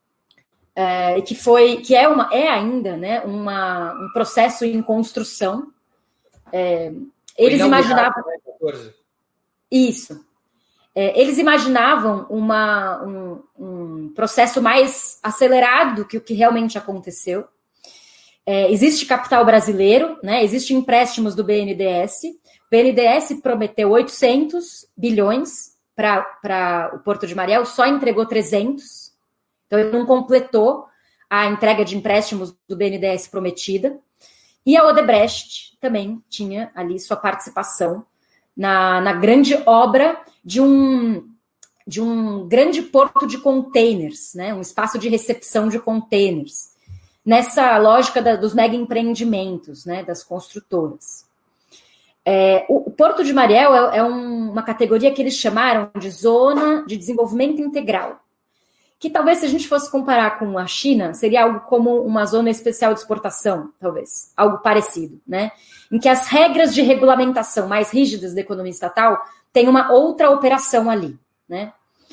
é, que, foi, que é, uma, é ainda, né, uma, um processo em construção. É, eles imaginavam... Isso. É, eles imaginavam uma, um, um processo mais acelerado que o que realmente aconteceu. É, existe capital brasileiro, né? Existem empréstimos do B N D E S. O B N D E S prometeu oitocentos bilhões para o Porto de Mariel, só entregou trezentos. Então, ele não completou a entrega de empréstimos do B N D E S prometida. E a Odebrecht também tinha ali sua participação na, na grande obra de um, de um grande porto de containers, né? Um espaço de recepção de containers, nessa lógica da, dos mega empreendimentos, né? Das construtoras. É, o, o Porto de Mariel é, é um, uma categoria que eles chamaram de Zona de Desenvolvimento Integral, que talvez se a gente fosse comparar com a China, seria algo como uma zona especial de exportação, talvez, algo parecido, né? Em que as regras de regulamentação mais rígidas da economia estatal têm uma outra operação ali, né?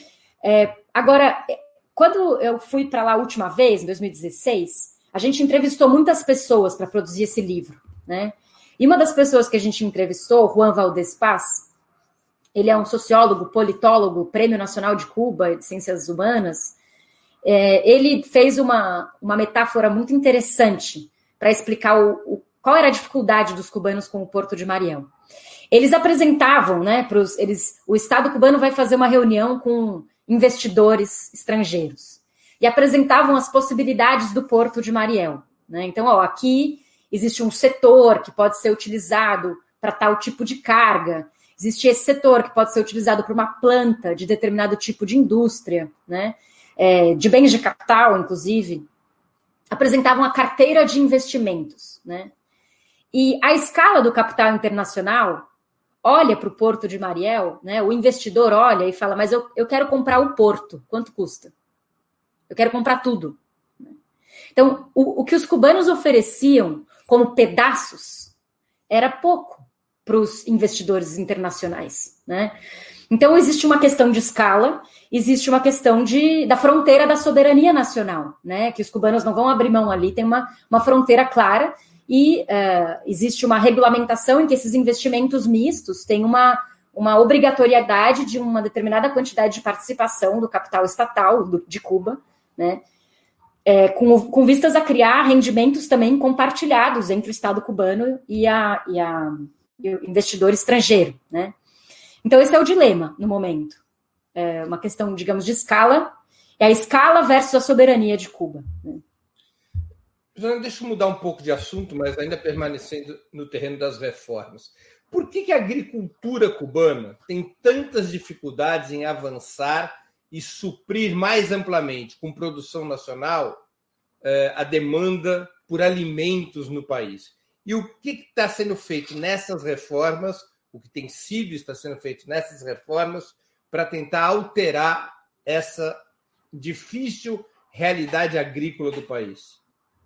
É, agora, quando eu fui para lá a última vez, em dois mil e dezesseis, a gente entrevistou muitas pessoas para produzir esse livro, né? E uma das pessoas que a gente entrevistou, Juan Valdez Paz, ele é um sociólogo, politólogo, Prêmio Nacional de Cuba de Ciências Humanas. É, ele fez uma, uma metáfora muito interessante para explicar o, o, qual era a dificuldade dos cubanos com o Porto de Mariel. Eles apresentavam, né, pros, eles, o Estado cubano vai fazer uma reunião com investidores estrangeiros e apresentavam as possibilidades do Porto de Mariel, né? Então, ó, aqui existe um setor que pode ser utilizado para tal tipo de carga. Existe esse setor que pode ser utilizado para uma planta de determinado tipo de indústria, né? É, de bens de capital, inclusive. Apresentavam a carteira de investimentos, né? E a escala do capital internacional olha para o Porto de Mariel, né? O investidor olha e fala, mas eu, eu quero comprar o porto, quanto custa? Eu quero comprar tudo. Então, o, o que os cubanos ofereciam como pedaços era pouco para os investidores internacionais, né? Então, existe uma questão de escala, existe uma questão de, da fronteira da soberania nacional, né? Que os cubanos não vão abrir mão ali, tem uma, uma fronteira clara e uh, existe uma regulamentação em que esses investimentos mistos têm uma, uma obrigatoriedade de uma determinada quantidade de participação do capital estatal do, de Cuba, né? É, com, com vistas a criar rendimentos também compartilhados entre o Estado cubano e a... E a investidor estrangeiro, né? Então, esse é o dilema no momento. É uma questão, digamos, de escala, é a escala versus a soberania de Cuba, né? Deixa eu mudar um pouco de assunto, mas ainda permanecendo no terreno das reformas. Por que que a agricultura cubana tem tantas dificuldades em avançar e suprir mais amplamente, com produção nacional, a demanda por alimentos no país? E o que está sendo feito nessas reformas, o que tem sido e está sendo feito nessas reformas, para tentar alterar essa difícil realidade agrícola do país?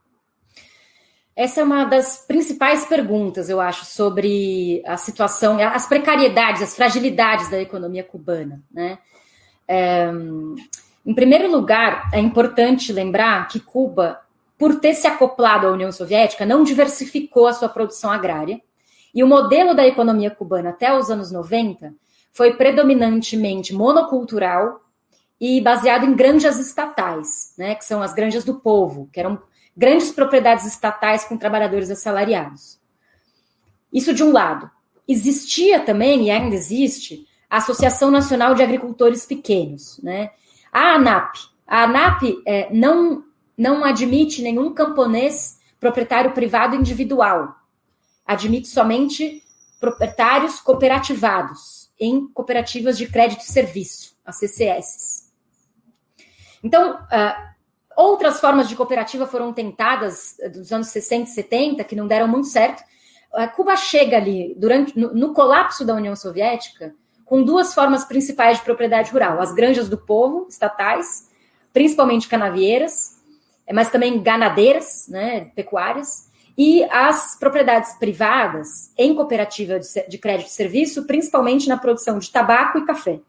Essa é uma das principais perguntas, eu acho, sobre a situação, as precariedades, as fragilidades da economia cubana, né? É, em primeiro lugar, é importante lembrar que Cuba, por ter se acoplado à União Soviética, não diversificou a sua produção agrária. E o modelo da economia cubana até os anos noventa foi predominantemente monocultural e baseado em granjas estatais, né, que são as granjas do povo, que eram grandes propriedades estatais com trabalhadores assalariados. Isso de um lado. Existia também, e ainda existe, a Associação Nacional de Agricultores Pequenos, né? A ANAP. A ANAP é, não... não admite nenhum camponês proprietário privado individual. Admite somente proprietários cooperativados em cooperativas de crédito e serviço, as C C S. Então, uh, outras formas de cooperativa foram tentadas dos anos sessenta e setenta, que não deram muito certo. Uh, Cuba chega ali, durante, no, no colapso da União Soviética, com duas formas principais de propriedade rural. As granjas do povo, estatais, principalmente canavieiras, mas também ganadeiras, né, pecuárias, e as propriedades privadas em cooperativa de crédito e serviço, principalmente na produção de tabaco e café.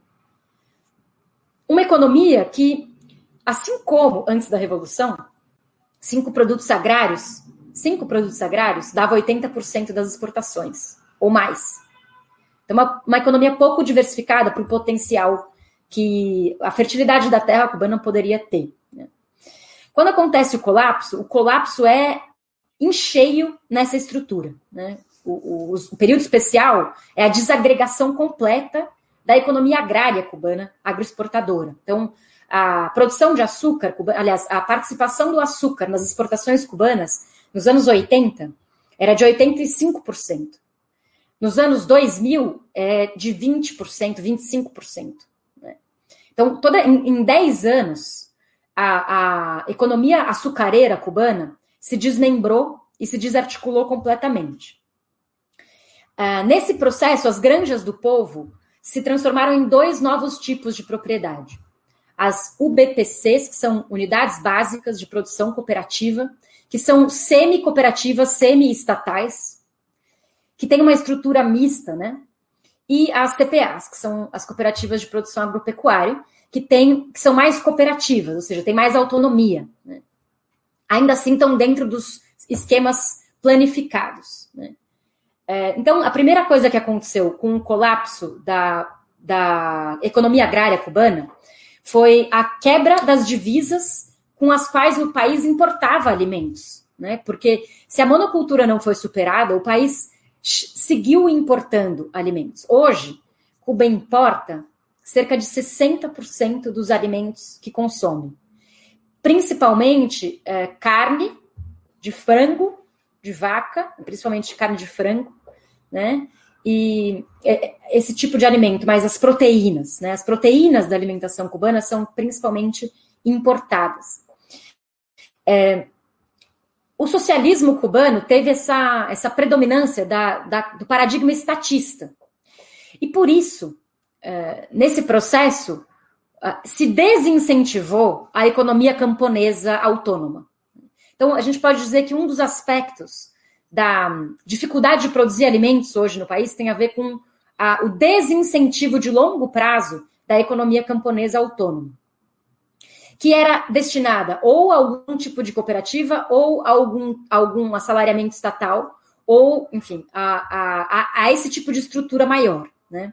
Uma economia que, assim como antes da Revolução, cinco produtos agrários, cinco produtos agrários dava oitenta por cento das exportações, ou mais. Então, uma, uma economia pouco diversificada para o potencial que a fertilidade da terra cubana poderia ter, né? Quando acontece o colapso, o colapso é em cheio nessa estrutura, né? O, o, o período especial é a desagregação completa da economia agrária cubana, agroexportadora. Então, a produção de açúcar, aliás, a participação do açúcar nas exportações cubanas, nos anos oitenta, era de oitenta e cinco por cento. Nos anos dois mil, é de vinte por cento, vinte e cinco por cento. Né? Então, toda, em, em dez anos, a, a economia açucareira cubana se desmembrou e se desarticulou completamente. Uh, nesse processo, as granjas do povo se transformaram em dois novos tipos de propriedade. as U B P Cs, que são Unidades Básicas de Produção Cooperativa, que são semi-cooperativas, semi-estatais, que têm uma estrutura mista, né? E as T P As, que são as Cooperativas de Produção Agropecuária, que, tem, que são mais cooperativas, ou seja, tem mais autonomia, né? Ainda assim estão dentro dos esquemas planificados, né? É, então, a primeira coisa que aconteceu com o colapso da, da economia agrária cubana foi a quebra das divisas com as quais o país importava alimentos, né? Porque se a monocultura não foi superada, o país seguiu importando alimentos. Hoje, Cuba importa cerca de sessenta por cento dos alimentos que consome, principalmente é, carne de frango, de vaca, principalmente carne de frango, né? E esse tipo de alimento, mas as proteínas, né? As proteínas da alimentação cubana são principalmente importadas. É, o socialismo cubano teve essa, essa predominância da, da, do paradigma estatista. E por isso, é, nesse processo, se desincentivou a economia camponesa autônoma. Então, a gente pode dizer que um dos aspectos da dificuldade de produzir alimentos hoje no país tem a ver com a, o desincentivo de longo prazo da economia camponesa autônoma, que era destinada ou a algum tipo de cooperativa ou a algum, algum assalariamento estatal, ou, enfim, a, a, a esse tipo de estrutura maior, né?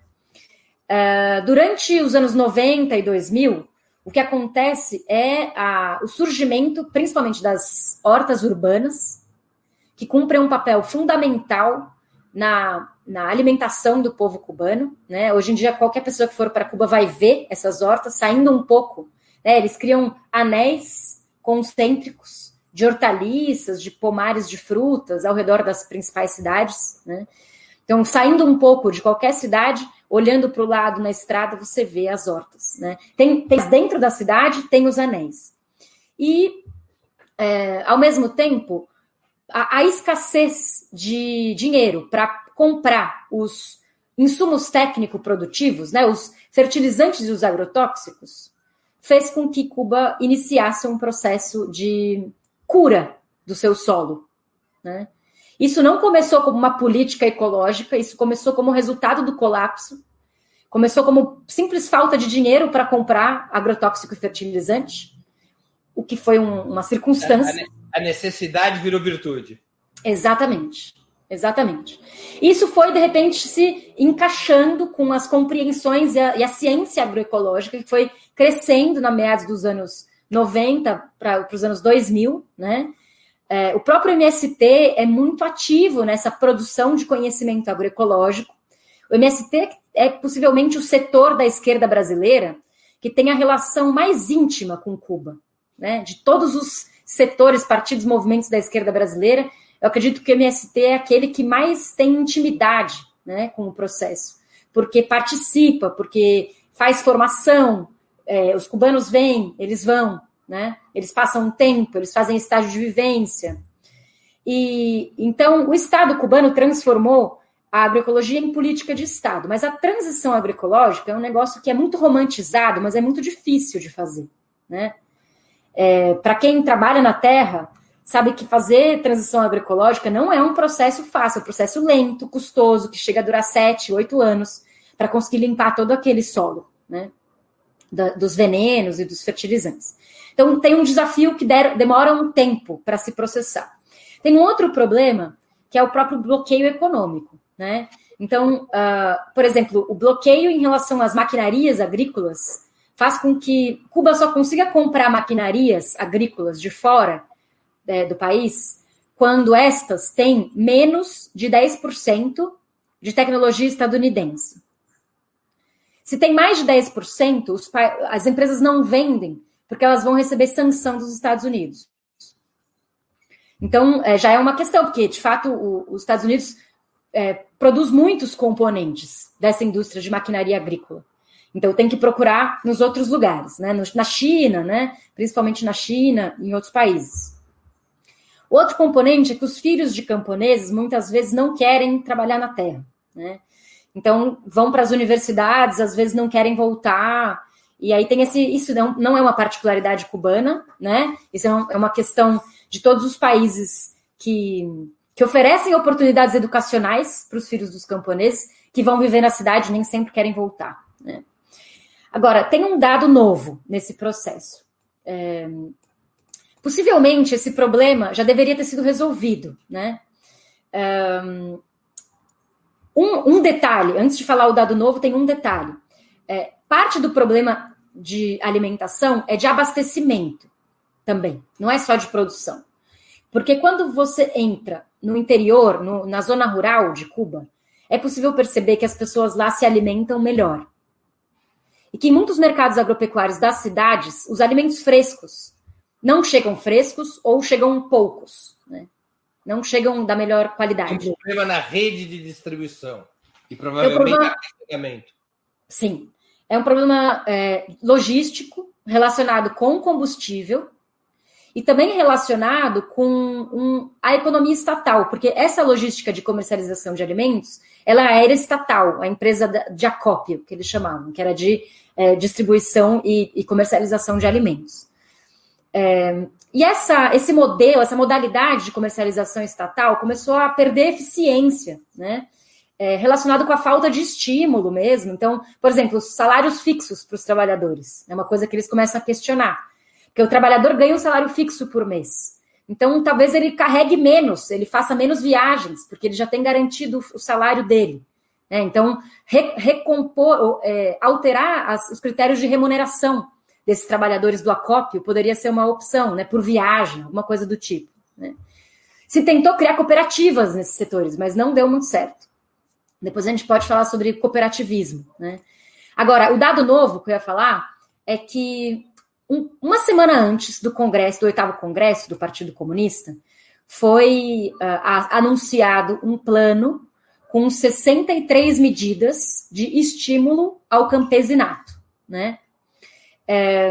Uh, durante os anos noventa e dois mil, o que acontece é a, o surgimento, principalmente das hortas urbanas, que cumprem um papel fundamental na, na alimentação do povo cubano, né? Hoje em dia, qualquer pessoa que for para Cuba vai ver essas hortas saindo um pouco, né? Eles criam anéis concêntricos de hortaliças, de pomares de frutas ao redor das principais cidades, né? Então, saindo um pouco de qualquer cidade, olhando para o lado na estrada, você vê as hortas, né? Tem, tem dentro da cidade, tem os anéis. E, é, ao mesmo tempo, a, a escassez de dinheiro para comprar os insumos técnico-produtivos, né, os fertilizantes e os agrotóxicos, fez com que Cuba iniciasse um processo de cura do seu solo, né? Isso não começou como uma política ecológica, isso começou como resultado do colapso, começou como simples falta de dinheiro para comprar agrotóxico e fertilizante, o que foi um, uma circunstância. A necessidade virou virtude. Exatamente, exatamente. Isso foi, de repente, se encaixando com as compreensões e a, e a ciência agroecológica, que foi crescendo na meados dos anos noventa para os anos dois mil, né? É, o próprio M S T é muito ativo nessa produção de conhecimento agroecológico. O M S T é possivelmente o setor da esquerda brasileira que tem a relação mais íntima com Cuba, né? De todos os setores, partidos, movimentos da esquerda brasileira, eu acredito que o M S T é aquele que mais tem intimidade, né, com o processo, porque participa, porque faz formação, é, os cubanos vêm, eles vão, né? Eles passam um tempo, eles fazem estágio de vivência. E então o Estado cubano transformou a agroecologia em política de Estado, mas a transição agroecológica é um negócio que é muito romantizado, mas é muito difícil de fazer, né? É, para quem trabalha na terra, sabe que fazer transição agroecológica não é um processo fácil, é um processo lento, custoso, que chega a durar sete, oito anos para conseguir limpar todo aquele solo, né? Da, dos venenos e dos fertilizantes. Então, tem um desafio que der, demora um tempo para se processar. Tem um outro problema, que é o próprio bloqueio econômico, né? Então, uh, por exemplo, o bloqueio em relação às maquinarias agrícolas faz com que Cuba só consiga comprar maquinarias agrícolas de fora é, do país quando estas têm menos de dez por cento de tecnologia estadunidense. Se tem mais de dez por cento, os, as empresas não vendem, porque elas vão receber sanção dos Estados Unidos. Então, é, já é uma questão, porque, de fato, o, os Estados Unidos é, produz muitos componentes dessa indústria de maquinaria agrícola. Então, tem que procurar nos outros lugares, né? Na China, né? Principalmente na China e em outros países. Outro componente é que os filhos de camponeses, muitas vezes, não querem trabalhar na terra, né? Então, vão para as universidades, às vezes não querem voltar. E aí tem esse, isso não, não é uma particularidade cubana, né? Isso é, um, é uma questão de todos os países que, que oferecem oportunidades educacionais para os filhos dos camponeses que vão viver na cidade e nem sempre querem voltar, né? Agora, tem um dado novo nesse processo. É, possivelmente esse problema já deveria ter sido resolvido, né? Um, um detalhe, antes de falar o dado novo, tem um detalhe. É, parte do problema de alimentação é de abastecimento também, não é só de produção. Porque quando você entra no interior, no, na zona rural de Cuba, é possível perceber que as pessoas lá se alimentam melhor. E que em muitos mercados agropecuários das cidades, os alimentos frescos não chegam frescos ou chegam poucos, né? Não chegam da melhor qualidade. Tem um problema na rede de distribuição e provavelmente no abastecimento. Sim. É um problema é, logístico relacionado com combustível e também relacionado com um, a economia estatal, porque essa logística de comercialização de alimentos, ela era estatal, a empresa de acópio, que eles chamavam, que era de é, distribuição e, e comercialização de alimentos. É, e essa, esse modelo, essa modalidade de comercialização estatal começou a perder eficiência, né? É, relacionado com a falta de estímulo mesmo. Então, por exemplo, os salários fixos para os trabalhadores. É uma coisa que eles começam a questionar. Porque o trabalhador ganha um salário fixo por mês. Então, talvez ele carregue menos, ele faça menos viagens, porque ele já tem garantido o salário dele. Né? Então, re, recompor, é, alterar as, os critérios de remuneração desses trabalhadores do acópio poderia ser uma opção, né, por viagem, alguma coisa do tipo. Né? Se tentou criar cooperativas nesses setores, mas não deu muito certo. Depois a gente pode falar sobre cooperativismo, né? Agora, o dado novo que eu ia falar é que um, uma semana antes do Congresso, do oitavo Congresso do Partido Comunista, foi uh, a, anunciado um plano com sessenta e três medidas de estímulo ao campesinato, né? É,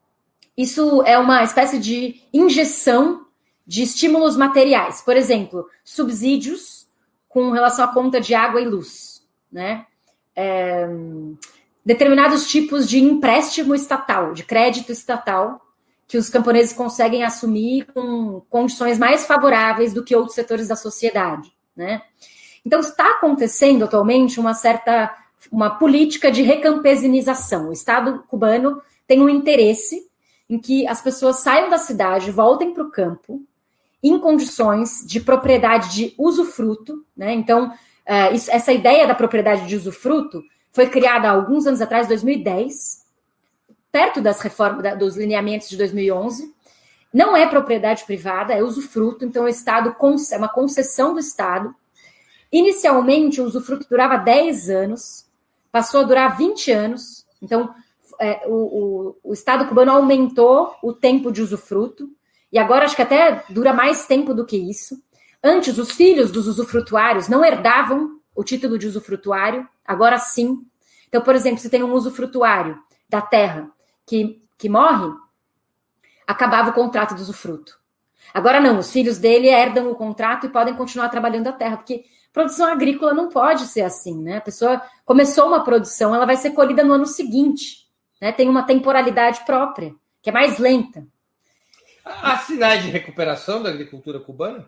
isso é uma espécie de injeção de estímulos materiais. Por exemplo, subsídios com relação à conta de água e luz, né? É, determinados tipos de empréstimo estatal, de crédito estatal, que os camponeses conseguem assumir com condições mais favoráveis do que outros setores da sociedade, né? Então, está acontecendo atualmente uma certa uma política de recampesinização. O Estado cubano tem um interesse em que as pessoas saiam da cidade, voltem para o campo, em condições de propriedade de usufruto, né? Então, uh, isso, essa ideia da propriedade de usufruto foi criada há alguns anos atrás, dois mil e dez, perto das reformas, dos lineamentos de dois mil e onze. Não é propriedade privada, é usufruto, então o Estado é uma concessão do Estado. Inicialmente, o usufruto durava dez anos, passou a durar vinte anos, então é, o, o, o Estado cubano aumentou o tempo de usufruto, e agora acho que até dura mais tempo do que isso. Antes, os filhos dos usufrutuários não herdavam o título de usufrutuário, agora sim. Então, por exemplo, se tem um usufrutuário da terra que, que morre, acabava o contrato de usufruto. Agora não, os filhos dele herdam o contrato e podem continuar trabalhando a terra, porque produção agrícola não pode ser assim, né? A pessoa começou uma produção, ela vai ser colhida no ano seguinte, né? Tem uma temporalidade própria, que é mais lenta. Há sinais de recuperação da agricultura cubana?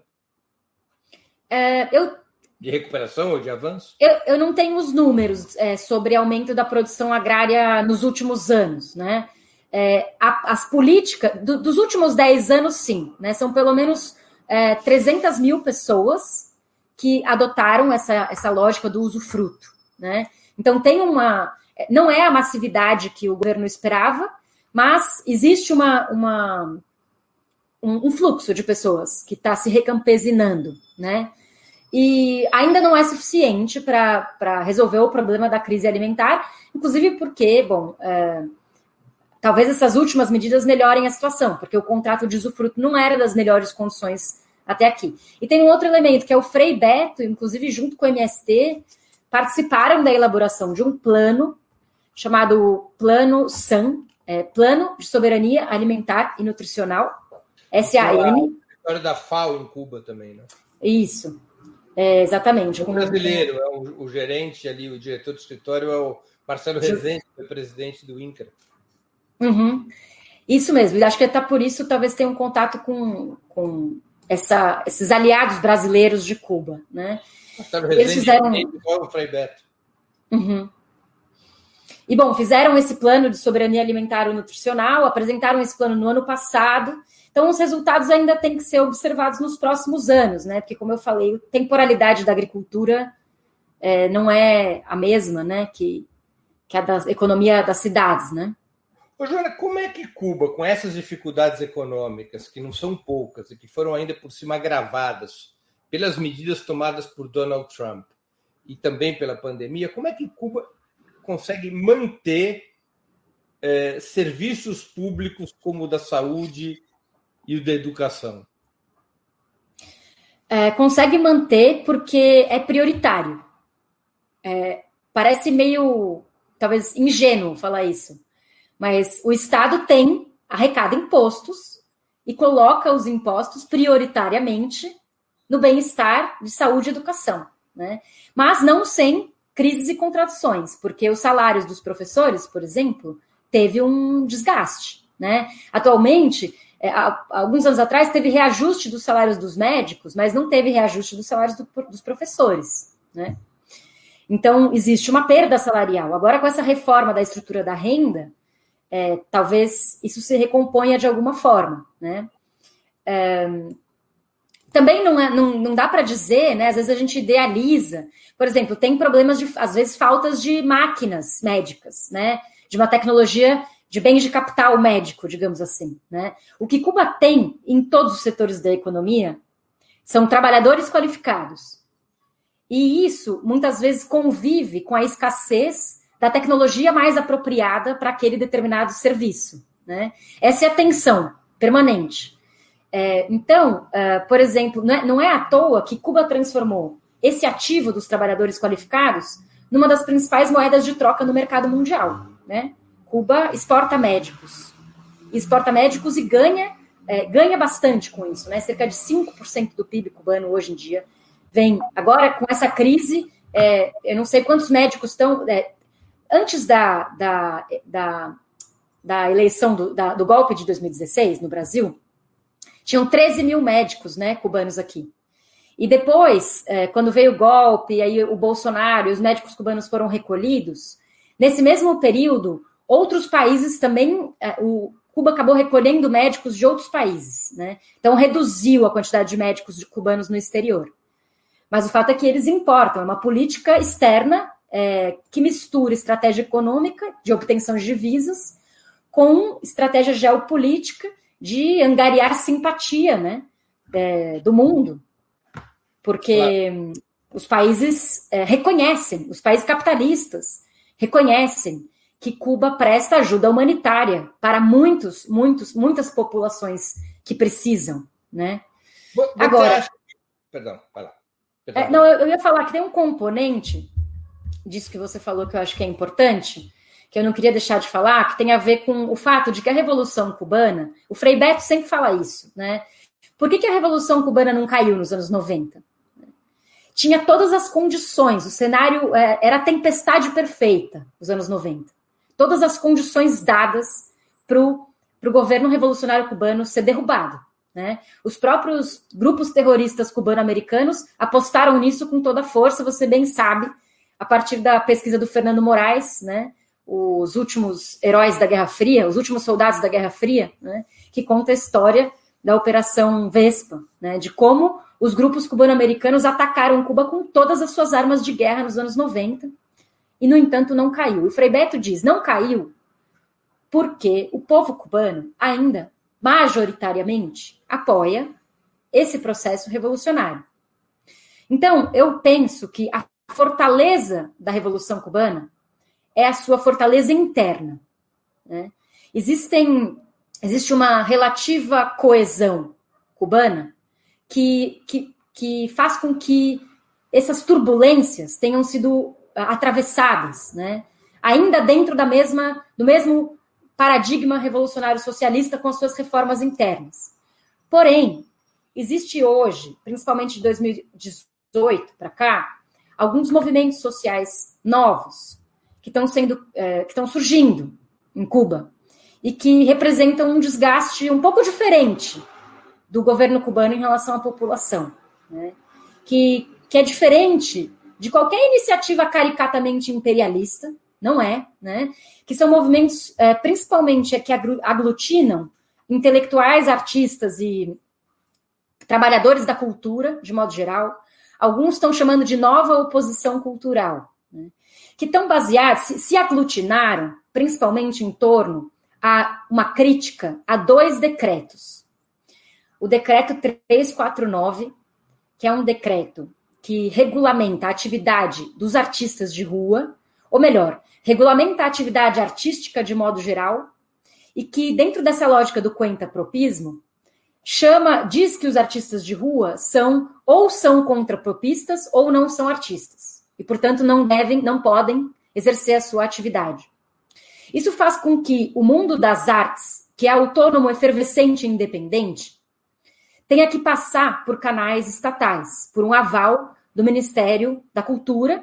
É, eu, de recuperação ou de avanço? Eu, eu não tenho os números é, sobre aumento da produção agrária nos últimos anos, né? É, a, as políticas, do, dos últimos dez anos, sim, né? São pelo menos é, trezentas mil pessoas que adotaram essa, essa lógica do usufruto, né? Então tem uma... Não é a massividade que o governo esperava, mas existe uma... uma um fluxo de pessoas que está se recampesinando, né? E ainda não é suficiente para resolver o problema da crise alimentar, inclusive porque, bom, é, talvez essas últimas medidas melhorem a situação, porque o contrato de usufruto não era das melhores condições até aqui. E tem um outro elemento, que é o Frei Beto, inclusive junto com o M S T, participaram da elaboração de um plano chamado Plano S A M, é, Plano de Soberania Alimentar e Nutricional, S A M. O escritório da F A O em Cuba também, né? Isso, é, exatamente. O brasileiro, é o, o gerente ali, o diretor do escritório é o Marcelo Rezende, que é presidente do INCRA. Uhum. Isso mesmo, acho que até por isso talvez tenha um contato com, com essa, esses aliados brasileiros de Cuba, né? Eles fizeram... igual o Frei Beto. Uhum. E, bom, fizeram esse plano de soberania alimentar e nutricional, apresentaram esse plano no ano passado, então os resultados ainda têm que ser observados nos próximos anos, né? Porque, como eu falei, a temporalidade da agricultura é, não é a mesma, né, que, que a da economia das cidades, né? Ô, Joana, como é que Cuba, com essas dificuldades econômicas, que não são poucas e que foram ainda por cima agravadas pelas medidas tomadas por Donald Trump e também pela pandemia, como é que Cuba consegue manter é, serviços públicos como o da saúde e o da educação? É, consegue manter porque é prioritário. É, parece meio, talvez, ingênuo falar isso, mas o Estado tem, arrecada impostos e coloca os impostos prioritariamente no bem-estar de saúde e educação, né? Mas não sem crises e contradições, porque os salários dos professores, por exemplo, teve um desgaste, né? Atualmente, é, há, alguns anos atrás, teve reajuste dos salários dos médicos, mas não teve reajuste dos salários do, dos professores, né? Então, existe uma perda salarial. Agora, com essa reforma da estrutura da renda, é, talvez isso se recomponha de alguma forma, né? É, também não, é, não, não dá para dizer, né? Às vezes a gente idealiza. Por exemplo, tem problemas de, às vezes, faltas de máquinas médicas, né? De uma tecnologia de bens de capital médico, digamos assim, né? O que Cuba tem em todos os setores da economia são trabalhadores qualificados. E isso, muitas vezes, convive com a escassez da tecnologia mais apropriada para aquele determinado serviço, né? Essa é a tensão permanente. É, então, uh, por exemplo, não é, não é à toa que Cuba transformou esse ativo dos trabalhadores qualificados numa das principais moedas de troca no mercado mundial, né? Cuba exporta médicos, exporta médicos e ganha, é, ganha bastante com isso, né? Cerca de cinco por cento do P I B cubano hoje em dia vem. Agora, com essa crise, é, eu não sei quantos médicos estão... É, antes da, da, da, da eleição do, da, do golpe de dois mil e dezesseis no Brasil, tinham treze mil médicos, né, cubanos aqui. E depois, é, quando veio o golpe, aí o Bolsonaro e os médicos cubanos foram recolhidos, nesse mesmo período, outros países também, é, o Cuba acabou recolhendo médicos de outros países, né? Então reduziu a quantidade de médicos cubanos no exterior. Mas o fato é que eles importam, é uma política externa é, que mistura estratégia econômica de obtenção de divisas com estratégia geopolítica de angariar simpatia, né, é, do mundo. Porque claro, os países é, reconhecem, os países capitalistas reconhecem que Cuba presta ajuda humanitária para muitos, muitos, muitas populações que precisam, né? Você Agora, acha... Perdão, vai lá. Perdão, é, não, eu, eu ia falar que tem um componente disso que você falou que eu acho que é importante, que eu não queria deixar de falar, que tem a ver com o fato de que a Revolução Cubana, o Frei Beto sempre fala isso, né? Por que, que a Revolução Cubana não caiu nos anos noventa? Tinha todas as condições, o cenário é, era a tempestade perfeita nos anos noventa. Todas as condições dadas para o governo revolucionário cubano ser derrubado, né? Os próprios grupos terroristas cubano-americanos apostaram nisso com toda a força, você bem sabe, a partir da pesquisa do Fernando Moraes, né? Os últimos heróis da Guerra Fria, os últimos soldados da Guerra Fria, né? Que conta a história da Operação Vespa, né? De como os grupos cubano-americanos atacaram Cuba com todas as suas armas de guerra nos anos noventa, e, no entanto, não caiu. E Frei Beto diz, não caiu porque o povo cubano ainda, majoritariamente, apoia esse processo revolucionário. Então, eu penso que a fortaleza da Revolução Cubana é a sua fortaleza interna, né? Existem, existe uma relativa coesão cubana que, que, que faz com que essas turbulências tenham sido atravessadas, né? Ainda dentro da mesma, do mesmo paradigma revolucionário socialista com as suas reformas internas. Porém, existe hoje, principalmente de dois mil e dezoito para cá, alguns movimentos sociais novos que estão sendo, é, que estão surgindo em Cuba e que representam um desgaste um pouco diferente do governo cubano em relação à população, né? que, que é diferente de qualquer iniciativa caricatamente imperialista, não é, né? Que são movimentos, é, principalmente, que aglutinam intelectuais, artistas e trabalhadores da cultura, de modo geral. Alguns estão chamando de nova oposição cultural, né? Que estão baseados, se, se aglutinaram, principalmente em torno a uma crítica a dois decretos. O decreto trezentos e quarenta e nove, que é um decreto que regulamenta a atividade dos artistas de rua, ou melhor, regulamenta a atividade artística de modo geral, e que, dentro dessa lógica do quentapropismo, chama, diz que os artistas de rua são ou são contrapropistas ou não são artistas, e, portanto, não devem, não podem exercer a sua atividade. Isso faz com que o mundo das artes, que é autônomo, efervescente e independente, tenha que passar por canais estatais, por um aval do Ministério da Cultura,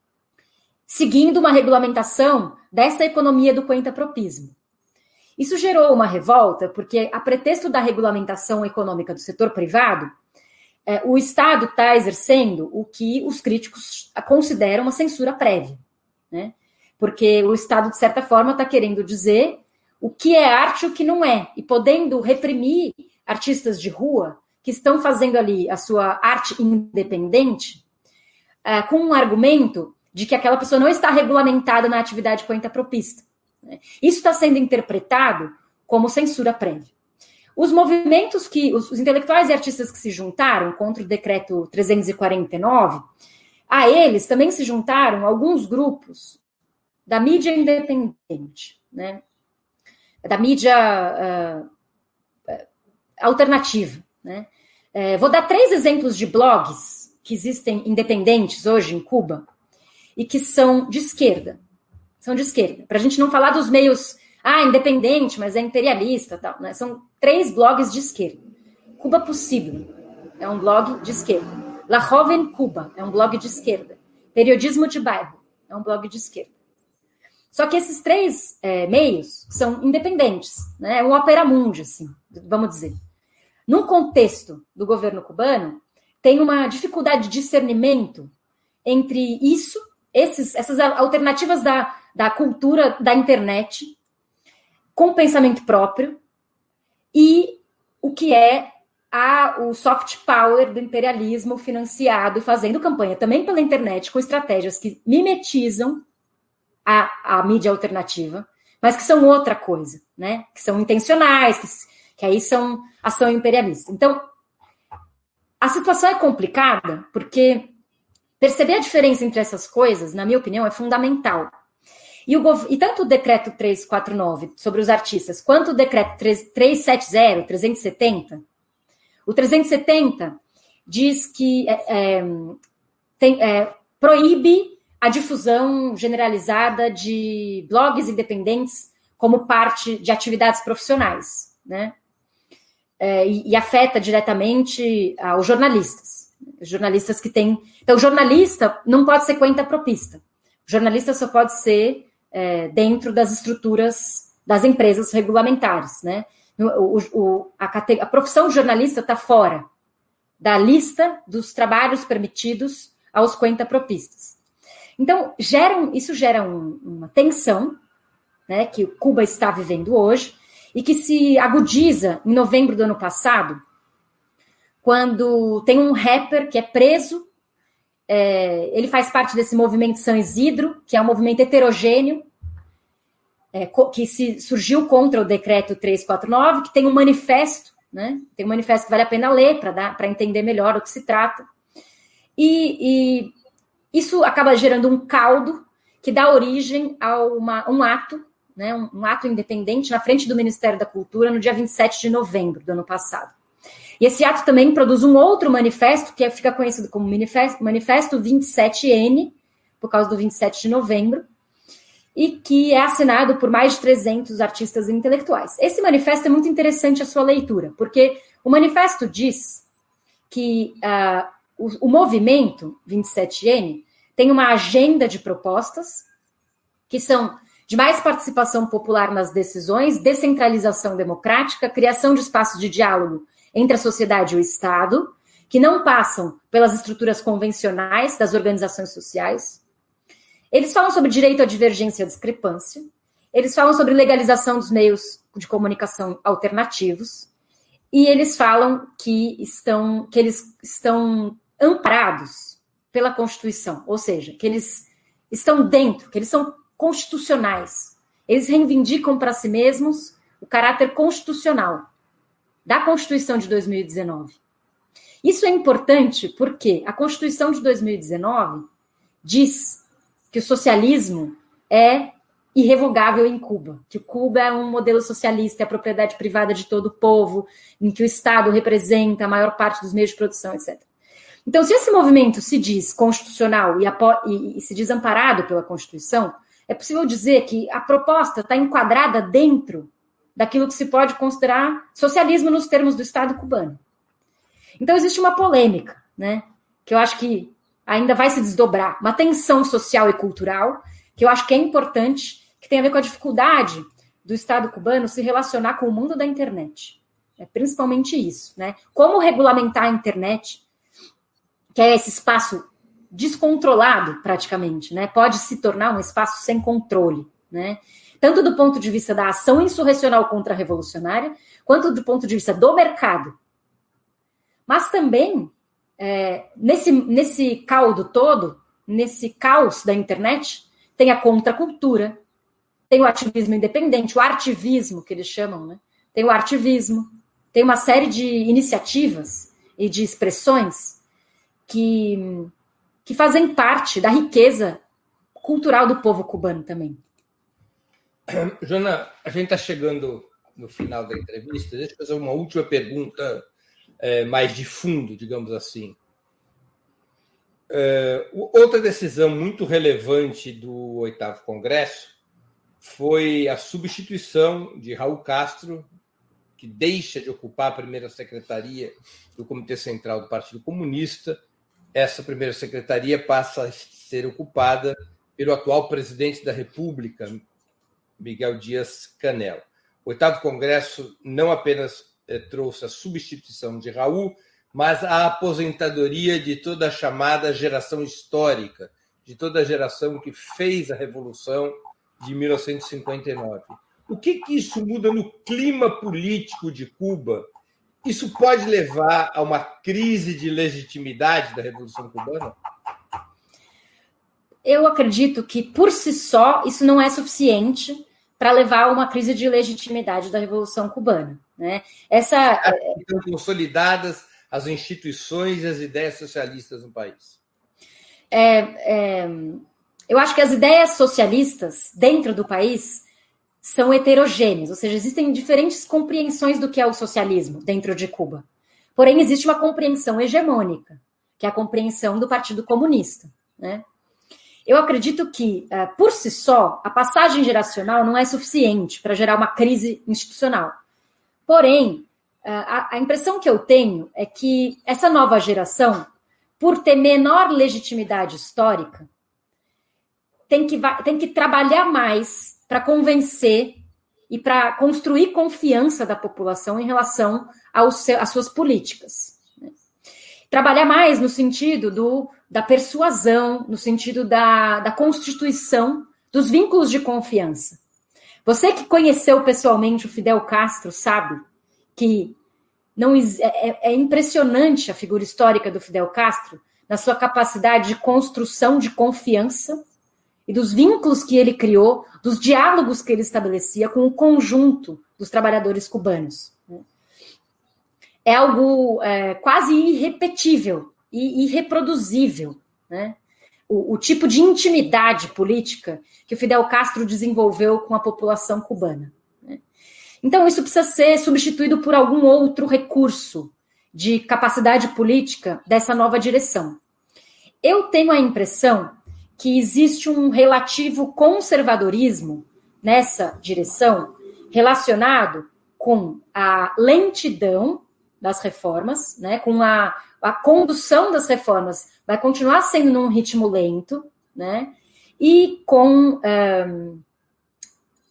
seguindo uma regulamentação dessa economia do quentapropismo. Isso gerou uma revolta, porque, a pretexto da regulamentação econômica do setor privado, eh, o Estado está exercendo o que os críticos consideram uma censura prévia, né? Porque o Estado, de certa forma, está querendo dizer o que é arte e o que não é, e podendo reprimir artistas de rua que estão fazendo ali a sua arte independente, uh, com um argumento de que aquela pessoa não está regulamentada na atividade quentapropista. Né? Isso está sendo interpretado como censura prévia. Os movimentos que, os, os intelectuais e artistas que se juntaram contra o decreto trezentos e quarenta e nove, a eles também se juntaram alguns grupos da mídia independente, né? Da mídia uh, uh, alternativa, né? É, vou dar três exemplos de blogs que existem independentes hoje em Cuba e que são de esquerda. São de esquerda. Para a gente não falar dos meios, ah, independente, mas é imperialista, tal, né? São três blogs de esquerda. Cuba Possível é um blog de esquerda. La Joven Cuba é um blog de esquerda. Periodismo de Bairro é um blog de esquerda. Só que esses três é, meios são independentes, né? É um opera mundi, assim, vamos dizer. Num contexto do governo cubano, tem uma dificuldade de discernimento entre isso, esses, essas alternativas da, da cultura da internet, com pensamento próprio, e o que é a, o soft power do imperialismo financiado, fazendo campanha também pela internet, com estratégias que mimetizam a, a mídia alternativa, mas que são outra coisa, né? Que são intencionais, que, que aí são ação imperialista. Então, a situação é complicada, porque perceber a diferença entre essas coisas, na minha opinião, é fundamental. E, o, e tanto o decreto trezentos e quarenta e nove sobre os artistas, quanto o decreto trezentos e setenta, trezentos e setenta, o trezentos e setenta diz que é, é, tem, é, proíbe a difusão generalizada de blogs independentes como parte de atividades profissionais, né? É, e, e afeta diretamente ah, os jornalistas. Os jornalistas que têm... Então, o jornalista não pode ser quentapropista. O jornalista só pode ser é, dentro das estruturas das empresas regulamentares, né? O, o, a, a profissão de jornalista está fora da lista dos trabalhos permitidos aos quentapropistas. Então, gera, isso gera um, uma tensão, né, que Cuba está vivendo hoje, e que se agudiza em novembro do ano passado, quando tem um rapper que é preso, é, ele faz parte desse movimento San Isidro, que é um movimento heterogêneo, é, que se, surgiu contra o decreto trezentos e quarenta e nove, que tem um manifesto, né, tem um manifesto que vale a pena ler para entender melhor do que se trata, e, e isso acaba gerando um caldo que dá origem a uma, um ato, né, um, um ato independente na frente do Ministério da Cultura no dia vinte e sete de novembro do ano passado. E esse ato também produz um outro manifesto, que fica conhecido como Manifesto, manifesto vinte e sete N, por causa do vinte e sete de novembro, e que é assinado por mais de trezentos artistas e intelectuais. Esse manifesto é muito interessante a sua leitura, porque o manifesto diz que uh, o, o movimento vinte e sete N tem uma agenda de propostas que são de mais participação popular nas decisões, descentralização democrática, criação de espaços de diálogo entre a sociedade e o Estado, que não passam pelas estruturas convencionais das organizações sociais. Eles falam sobre direito à divergência e à discrepância. Eles falam sobre legalização dos meios de comunicação alternativos. E eles falam que, estão, que eles estão amparados pela Constituição, ou seja, que eles estão dentro, que eles são constitucionais. Eles reivindicam para si mesmos o caráter constitucional da Constituição de dois mil e dezenove. Isso é importante porque a Constituição de dois mil e dezenove diz que o socialismo é irrevogável em Cuba, que Cuba é um modelo socialista, é a propriedade privada de todo o povo, em que o Estado representa a maior parte dos meios de produção, etcétera. Então, se esse movimento se diz constitucional e, e, e se diz amparado pela Constituição, é possível dizer que a proposta está enquadrada dentro daquilo que se pode considerar socialismo nos termos do Estado cubano. Então, existe uma polêmica, né, que eu acho que ainda vai se desdobrar, uma tensão social e cultural, que eu acho que é importante, que tem a ver com a dificuldade do Estado cubano se relacionar com o mundo da internet. É principalmente isso, né? Como regulamentar a internet, que é esse espaço descontrolado, praticamente, né? Pode se tornar um espaço sem controle, né? Tanto do ponto de vista da ação insurrecional contra-revolucionária, quanto do ponto de vista do mercado. Mas também, é, nesse, nesse caldo todo, nesse caos da internet, tem a contracultura, tem o ativismo independente, o artivismo, que eles chamam, né? Tem o artivismo, tem uma série de iniciativas e de expressões que, que fazem parte da riqueza cultural do povo cubano também. Joana, a gente está chegando no final da entrevista. Deixa eu fazer uma última pergunta é, mais de fundo, digamos assim. É, outra decisão muito relevante do oitavo Congresso foi a substituição de Raul Castro, que deixa de ocupar a primeira secretaria do Comitê Central do Partido Comunista. Essa primeira secretaria passa a ser ocupada pelo atual presidente da República, Miguel Dias-Canel. O oitavo Congresso não apenas eh, trouxe a substituição de Raul, mas a aposentadoria de toda a chamada geração histórica, de toda a geração que fez a Revolução de mil novecentos e cinquenta e nove. O que, que isso muda no clima político de Cuba? Isso pode levar a uma crise de legitimidade da Revolução Cubana? Eu acredito que, por si só, isso não é suficiente para levar a uma crise de legitimidade da Revolução Cubana, né? Essa... Estão consolidadas as instituições e as ideias socialistas no país. É, é, eu acho que as ideias socialistas dentro do país são heterogêneas, ou seja, existem diferentes compreensões do que é o socialismo dentro de Cuba. Porém, existe uma compreensão hegemônica, que é a compreensão do Partido Comunista, né? Eu acredito que, por si só, a passagem geracional não é suficiente para gerar uma crise institucional. Porém, a impressão que eu tenho é que essa nova geração, por ter menor legitimidade histórica, tem que, tem que trabalhar mais para convencer e para construir confiança da população em relação aos, às suas políticas. Trabalhar mais no sentido do, da persuasão, no sentido da, da constituição dos vínculos de confiança. Você que conheceu pessoalmente o Fidel Castro sabe que não, é, é impressionante a figura histórica do Fidel Castro na sua capacidade de construção de confiança e dos vínculos que ele criou, dos diálogos que ele estabelecia com o conjunto dos trabalhadores cubanos. É algo é, quase irrepetível e irreproduzível, né? O, o tipo de intimidade política que o Fidel Castro desenvolveu com a população cubana. Então, isso precisa ser substituído por algum outro recurso de capacidade política dessa nova direção. Eu tenho a impressão que existe um relativo conservadorismo nessa direção relacionado com a lentidão das reformas, né, com a, a condução das reformas vai continuar sendo num ritmo lento, né, e com um,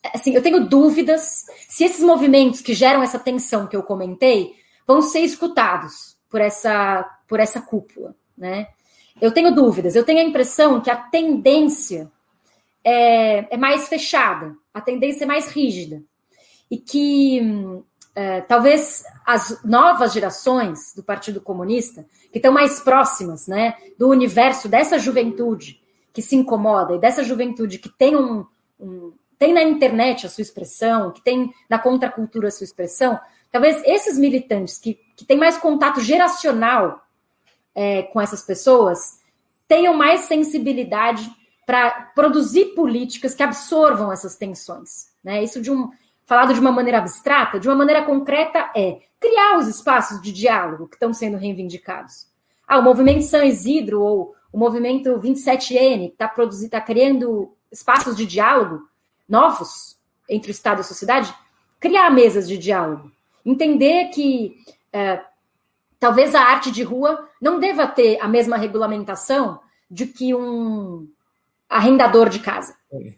assim, eu tenho dúvidas se esses movimentos que geram essa tensão que eu comentei vão ser escutados por essa, por essa cúpula, né? Eu tenho dúvidas, eu tenho a impressão que a tendência é, é mais fechada, a tendência é mais rígida, e que é, talvez as novas gerações do Partido Comunista, que estão mais próximas, né, do universo dessa juventude que se incomoda, e dessa juventude que tem, um, um, tem na internet a sua expressão, que tem na contracultura a sua expressão, talvez esses militantes que, que têm mais contato geracional É, com essas pessoas, tenham mais sensibilidade para produzir políticas que absorvam essas tensões. Né? Isso, de um, falado de uma maneira abstrata, de uma maneira concreta, é criar os espaços de diálogo que estão sendo reivindicados. Ah, o movimento São Isidro ou o movimento vinte e sete N está tá criando espaços de diálogo novos entre o Estado e a sociedade, criar mesas de diálogo. Entender que é, talvez a arte de rua não deva ter a mesma regulamentação de que um arrendador de casa.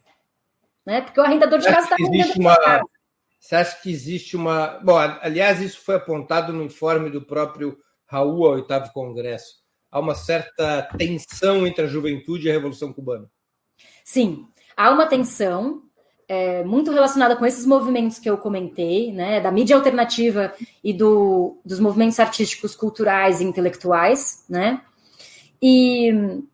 Né? Porque o arrendador de casa está arrendando uma... casa. Você acha que existe uma... Bom, aliás, isso foi apontado no informe do próprio Raul ao oitavo Congresso. Há uma certa tensão entre a juventude e a Revolução Cubana. Sim, há uma tensão é, muito relacionada com esses movimentos que eu comentei, né, da mídia alternativa e do, dos movimentos artísticos, culturais e intelectuais, né? E,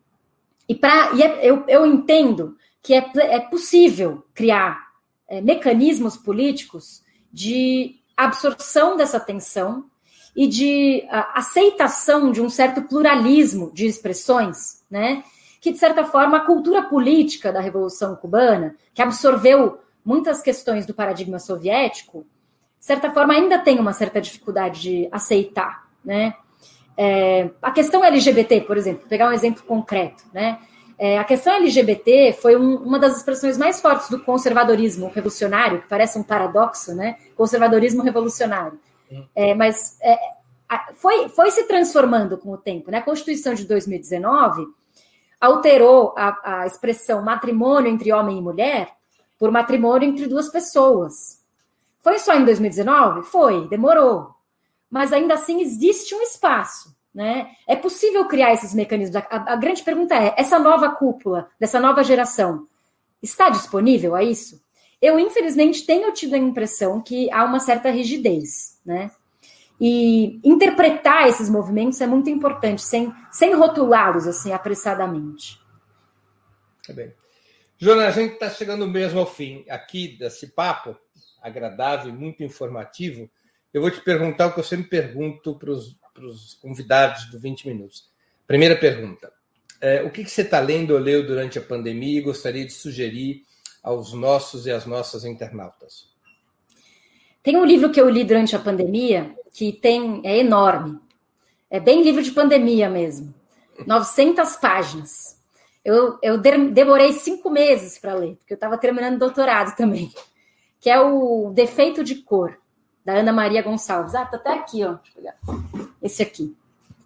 e, pra, e é, eu, eu entendo que é, é possível criar é, mecanismos políticos de absorção dessa tensão e de a, aceitação de um certo pluralismo de expressões, né? Que, de certa forma, a cultura política da Revolução Cubana, que absorveu muitas questões do paradigma soviético, de certa forma, ainda tem uma certa dificuldade de aceitar, né? É, a questão L G B T, por exemplo, pegar um exemplo concreto, né? É, a questão L G B T foi um, uma das expressões mais fortes do conservadorismo revolucionário, que parece um paradoxo, né? Conservadorismo revolucionário. É, mas é, foi, foi se transformando com o tempo, né? A Constituição de dois mil e dezenove alterou a, a expressão matrimônio entre homem e mulher por matrimônio entre duas pessoas. Foi só em dois mil e dezenove? Foi, demorou. Mas ainda assim existe um espaço, né? É possível criar esses mecanismos. A, a grande pergunta é, essa nova cúpula, dessa nova geração, está disponível a isso? Eu, infelizmente, tenho tido a impressão que há uma certa rigidez, né? E interpretar esses movimentos é muito importante, sem, sem rotulá-los assim apressadamente. Tá bem. Joana, a gente está chegando mesmo ao fim aqui desse papo agradável e muito informativo. Eu vou te perguntar o que eu sempre pergunto para os convidados do vinte minutos. Primeira pergunta. É, o que, que você está lendo ou leu durante a pandemia e gostaria de sugerir aos nossos e às nossas internautas? Tem um livro que eu li durante a pandemia que tem, é enorme. É bem livro de pandemia mesmo. novecentas páginas. Eu, eu demorei cinco meses para ler, porque eu estava terminando doutorado também. Que é o Defeito de Cor, da Ana Maria Gonçalves. Ah, tá até aqui, ó. Deixa eu pegar. Esse aqui.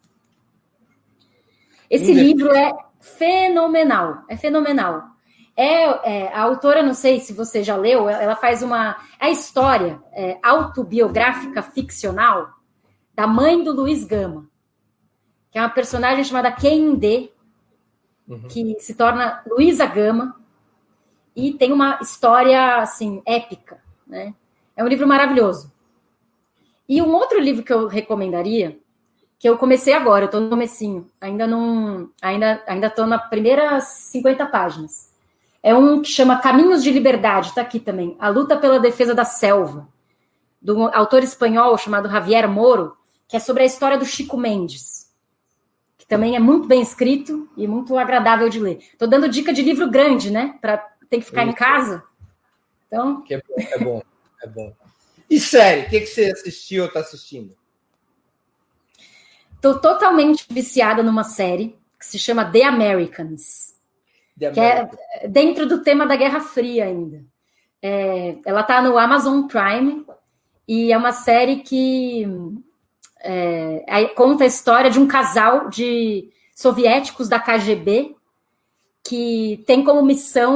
Esse livro é fenomenal. É fenomenal. É, é, a autora, não sei se você já leu, ela faz uma... A história é, autobiográfica ficcional da mãe do Luiz Gama, que é uma personagem chamada Keindê, uhum. que se torna Luísa Gama, e tem uma história, assim, épica, né? É um livro maravilhoso. E um outro livro que eu recomendaria, que eu comecei agora, eu estou no comecinho, ainda não... Ainda ainda estou nas primeiras cinquenta páginas. É um que chama Caminhos de Liberdade, está aqui também. A Luta pela Defesa da Selva, do autor espanhol chamado Javier Moro, que é sobre a história do Chico Mendes, que também é muito bem escrito e muito agradável de ler. Estou dando dica de livro grande, né? Para ter que ficar Isso. em casa. Então... Que é bom, é bom, é bom. E série, o que, que você assistiu ou está assistindo? Estou totalmente viciada numa série que se chama The Americans. Que é dentro do tema da Guerra Fria ainda. É, ela está no Amazon Prime e é uma série que é, conta a história de um casal de soviéticos da K G B que tem como missão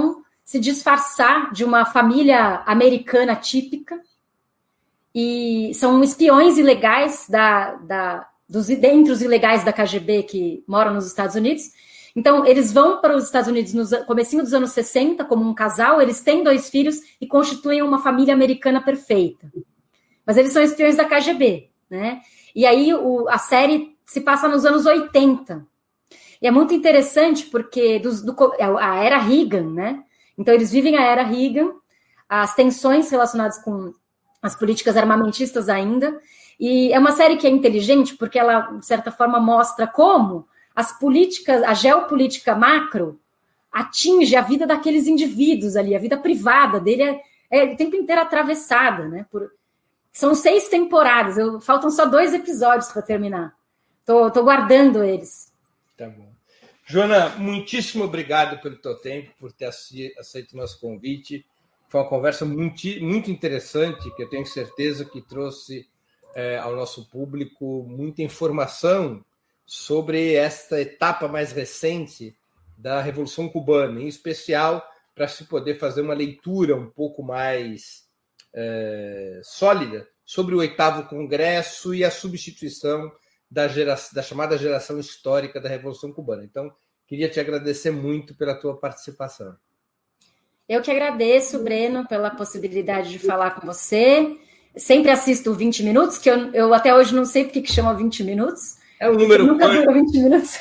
se disfarçar de uma família americana típica, e são espiões ilegais da, da, dos, dentre os ilegais da K G B que moram nos Estados Unidos. Então, eles vão para os Estados Unidos no comecinho dos anos sessenta, como um casal, eles têm dois filhos e constituem uma família americana perfeita. Mas eles são espiões da K G B, né? E aí o, a série se passa nos anos oitenta. E é muito interessante porque dos, do, a era Reagan, né? Então, eles vivem a era Reagan, as tensões relacionadas com as políticas armamentistas ainda. E é uma série que é inteligente porque ela, de certa forma, mostra como as políticas, a geopolítica macro atinge a vida daqueles indivíduos ali, a vida privada dele é, é o tempo inteiro atravessada, né? Por, são seis temporadas, eu, faltam só dois episódios para terminar. Tô, tô guardando eles. Tá bom. Joana, muitíssimo obrigado pelo teu tempo, por ter aceito o nosso convite. Foi uma conversa muito, muito interessante, que eu tenho certeza que trouxe é, ao nosso público muita informação sobre esta etapa mais recente da Revolução Cubana, em especial para se poder fazer uma leitura um pouco mais é, sólida sobre o oitavo Congresso e a substituição da, gera, da chamada geração histórica da Revolução Cubana. Então, queria te agradecer muito pela tua participação. Eu que agradeço, Breno, pela possibilidade de falar com você. Sempre assisto vinte minutos, que eu, eu até hoje não sei porque que chama vinte minutos. É um número... Nunca dura vinte minutos.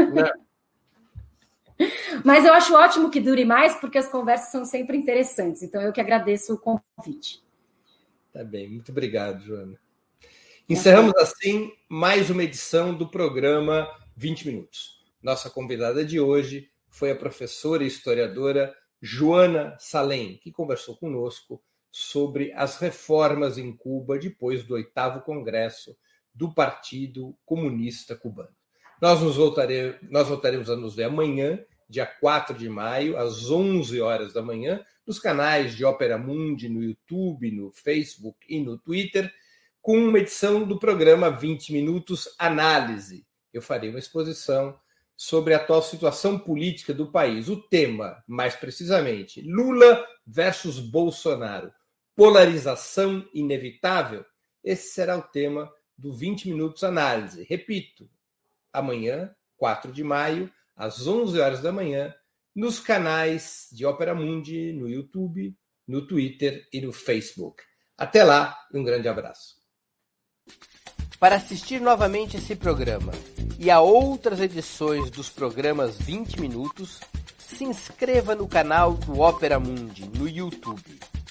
Mas eu acho ótimo que dure mais, porque as conversas são sempre interessantes. Então, eu que agradeço o convite. Tá bem, muito obrigado, Joana. Encerramos assim mais uma edição do programa vinte minutos. Nossa convidada de hoje foi a professora e historiadora Joana Salem, que conversou conosco sobre as reformas em Cuba depois do oitavo Congresso do Partido Comunista Cubano. Nós, nos voltare... Nós voltaremos a nos ver amanhã, dia quatro de maio, às onze horas da manhã, nos canais de Ópera Mundi, no YouTube, no Facebook e no Twitter, com uma edição do programa vinte minutos Análise. Eu farei uma exposição sobre a atual situação política do país. O tema, mais precisamente, Lula versus Bolsonaro. Polarização inevitável? Esse será o tema do vinte minutos Análise. Repito, amanhã, quatro de maio, às onze horas da manhã, nos canais de Ópera Mundi, no YouTube, no Twitter e no Facebook. Até lá, um grande abraço. Para assistir novamente esse programa e a outras edições dos programas vinte minutos, se inscreva no canal do Ópera Mundi no YouTube.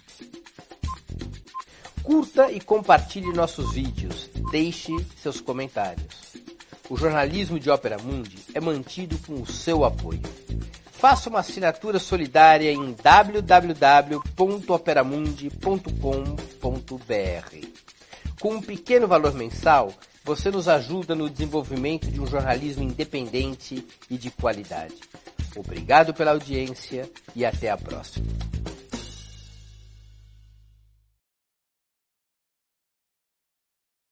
Curta e compartilhe nossos vídeos, deixe seus comentários. O jornalismo de Ópera Mundi é mantido com o seu apoio. Faça uma assinatura solidária em w w w ponto operamundi ponto com ponto b r. Com um pequeno valor mensal, você nos ajuda no desenvolvimento de um jornalismo independente e de qualidade. Obrigado pela audiência e até a próxima.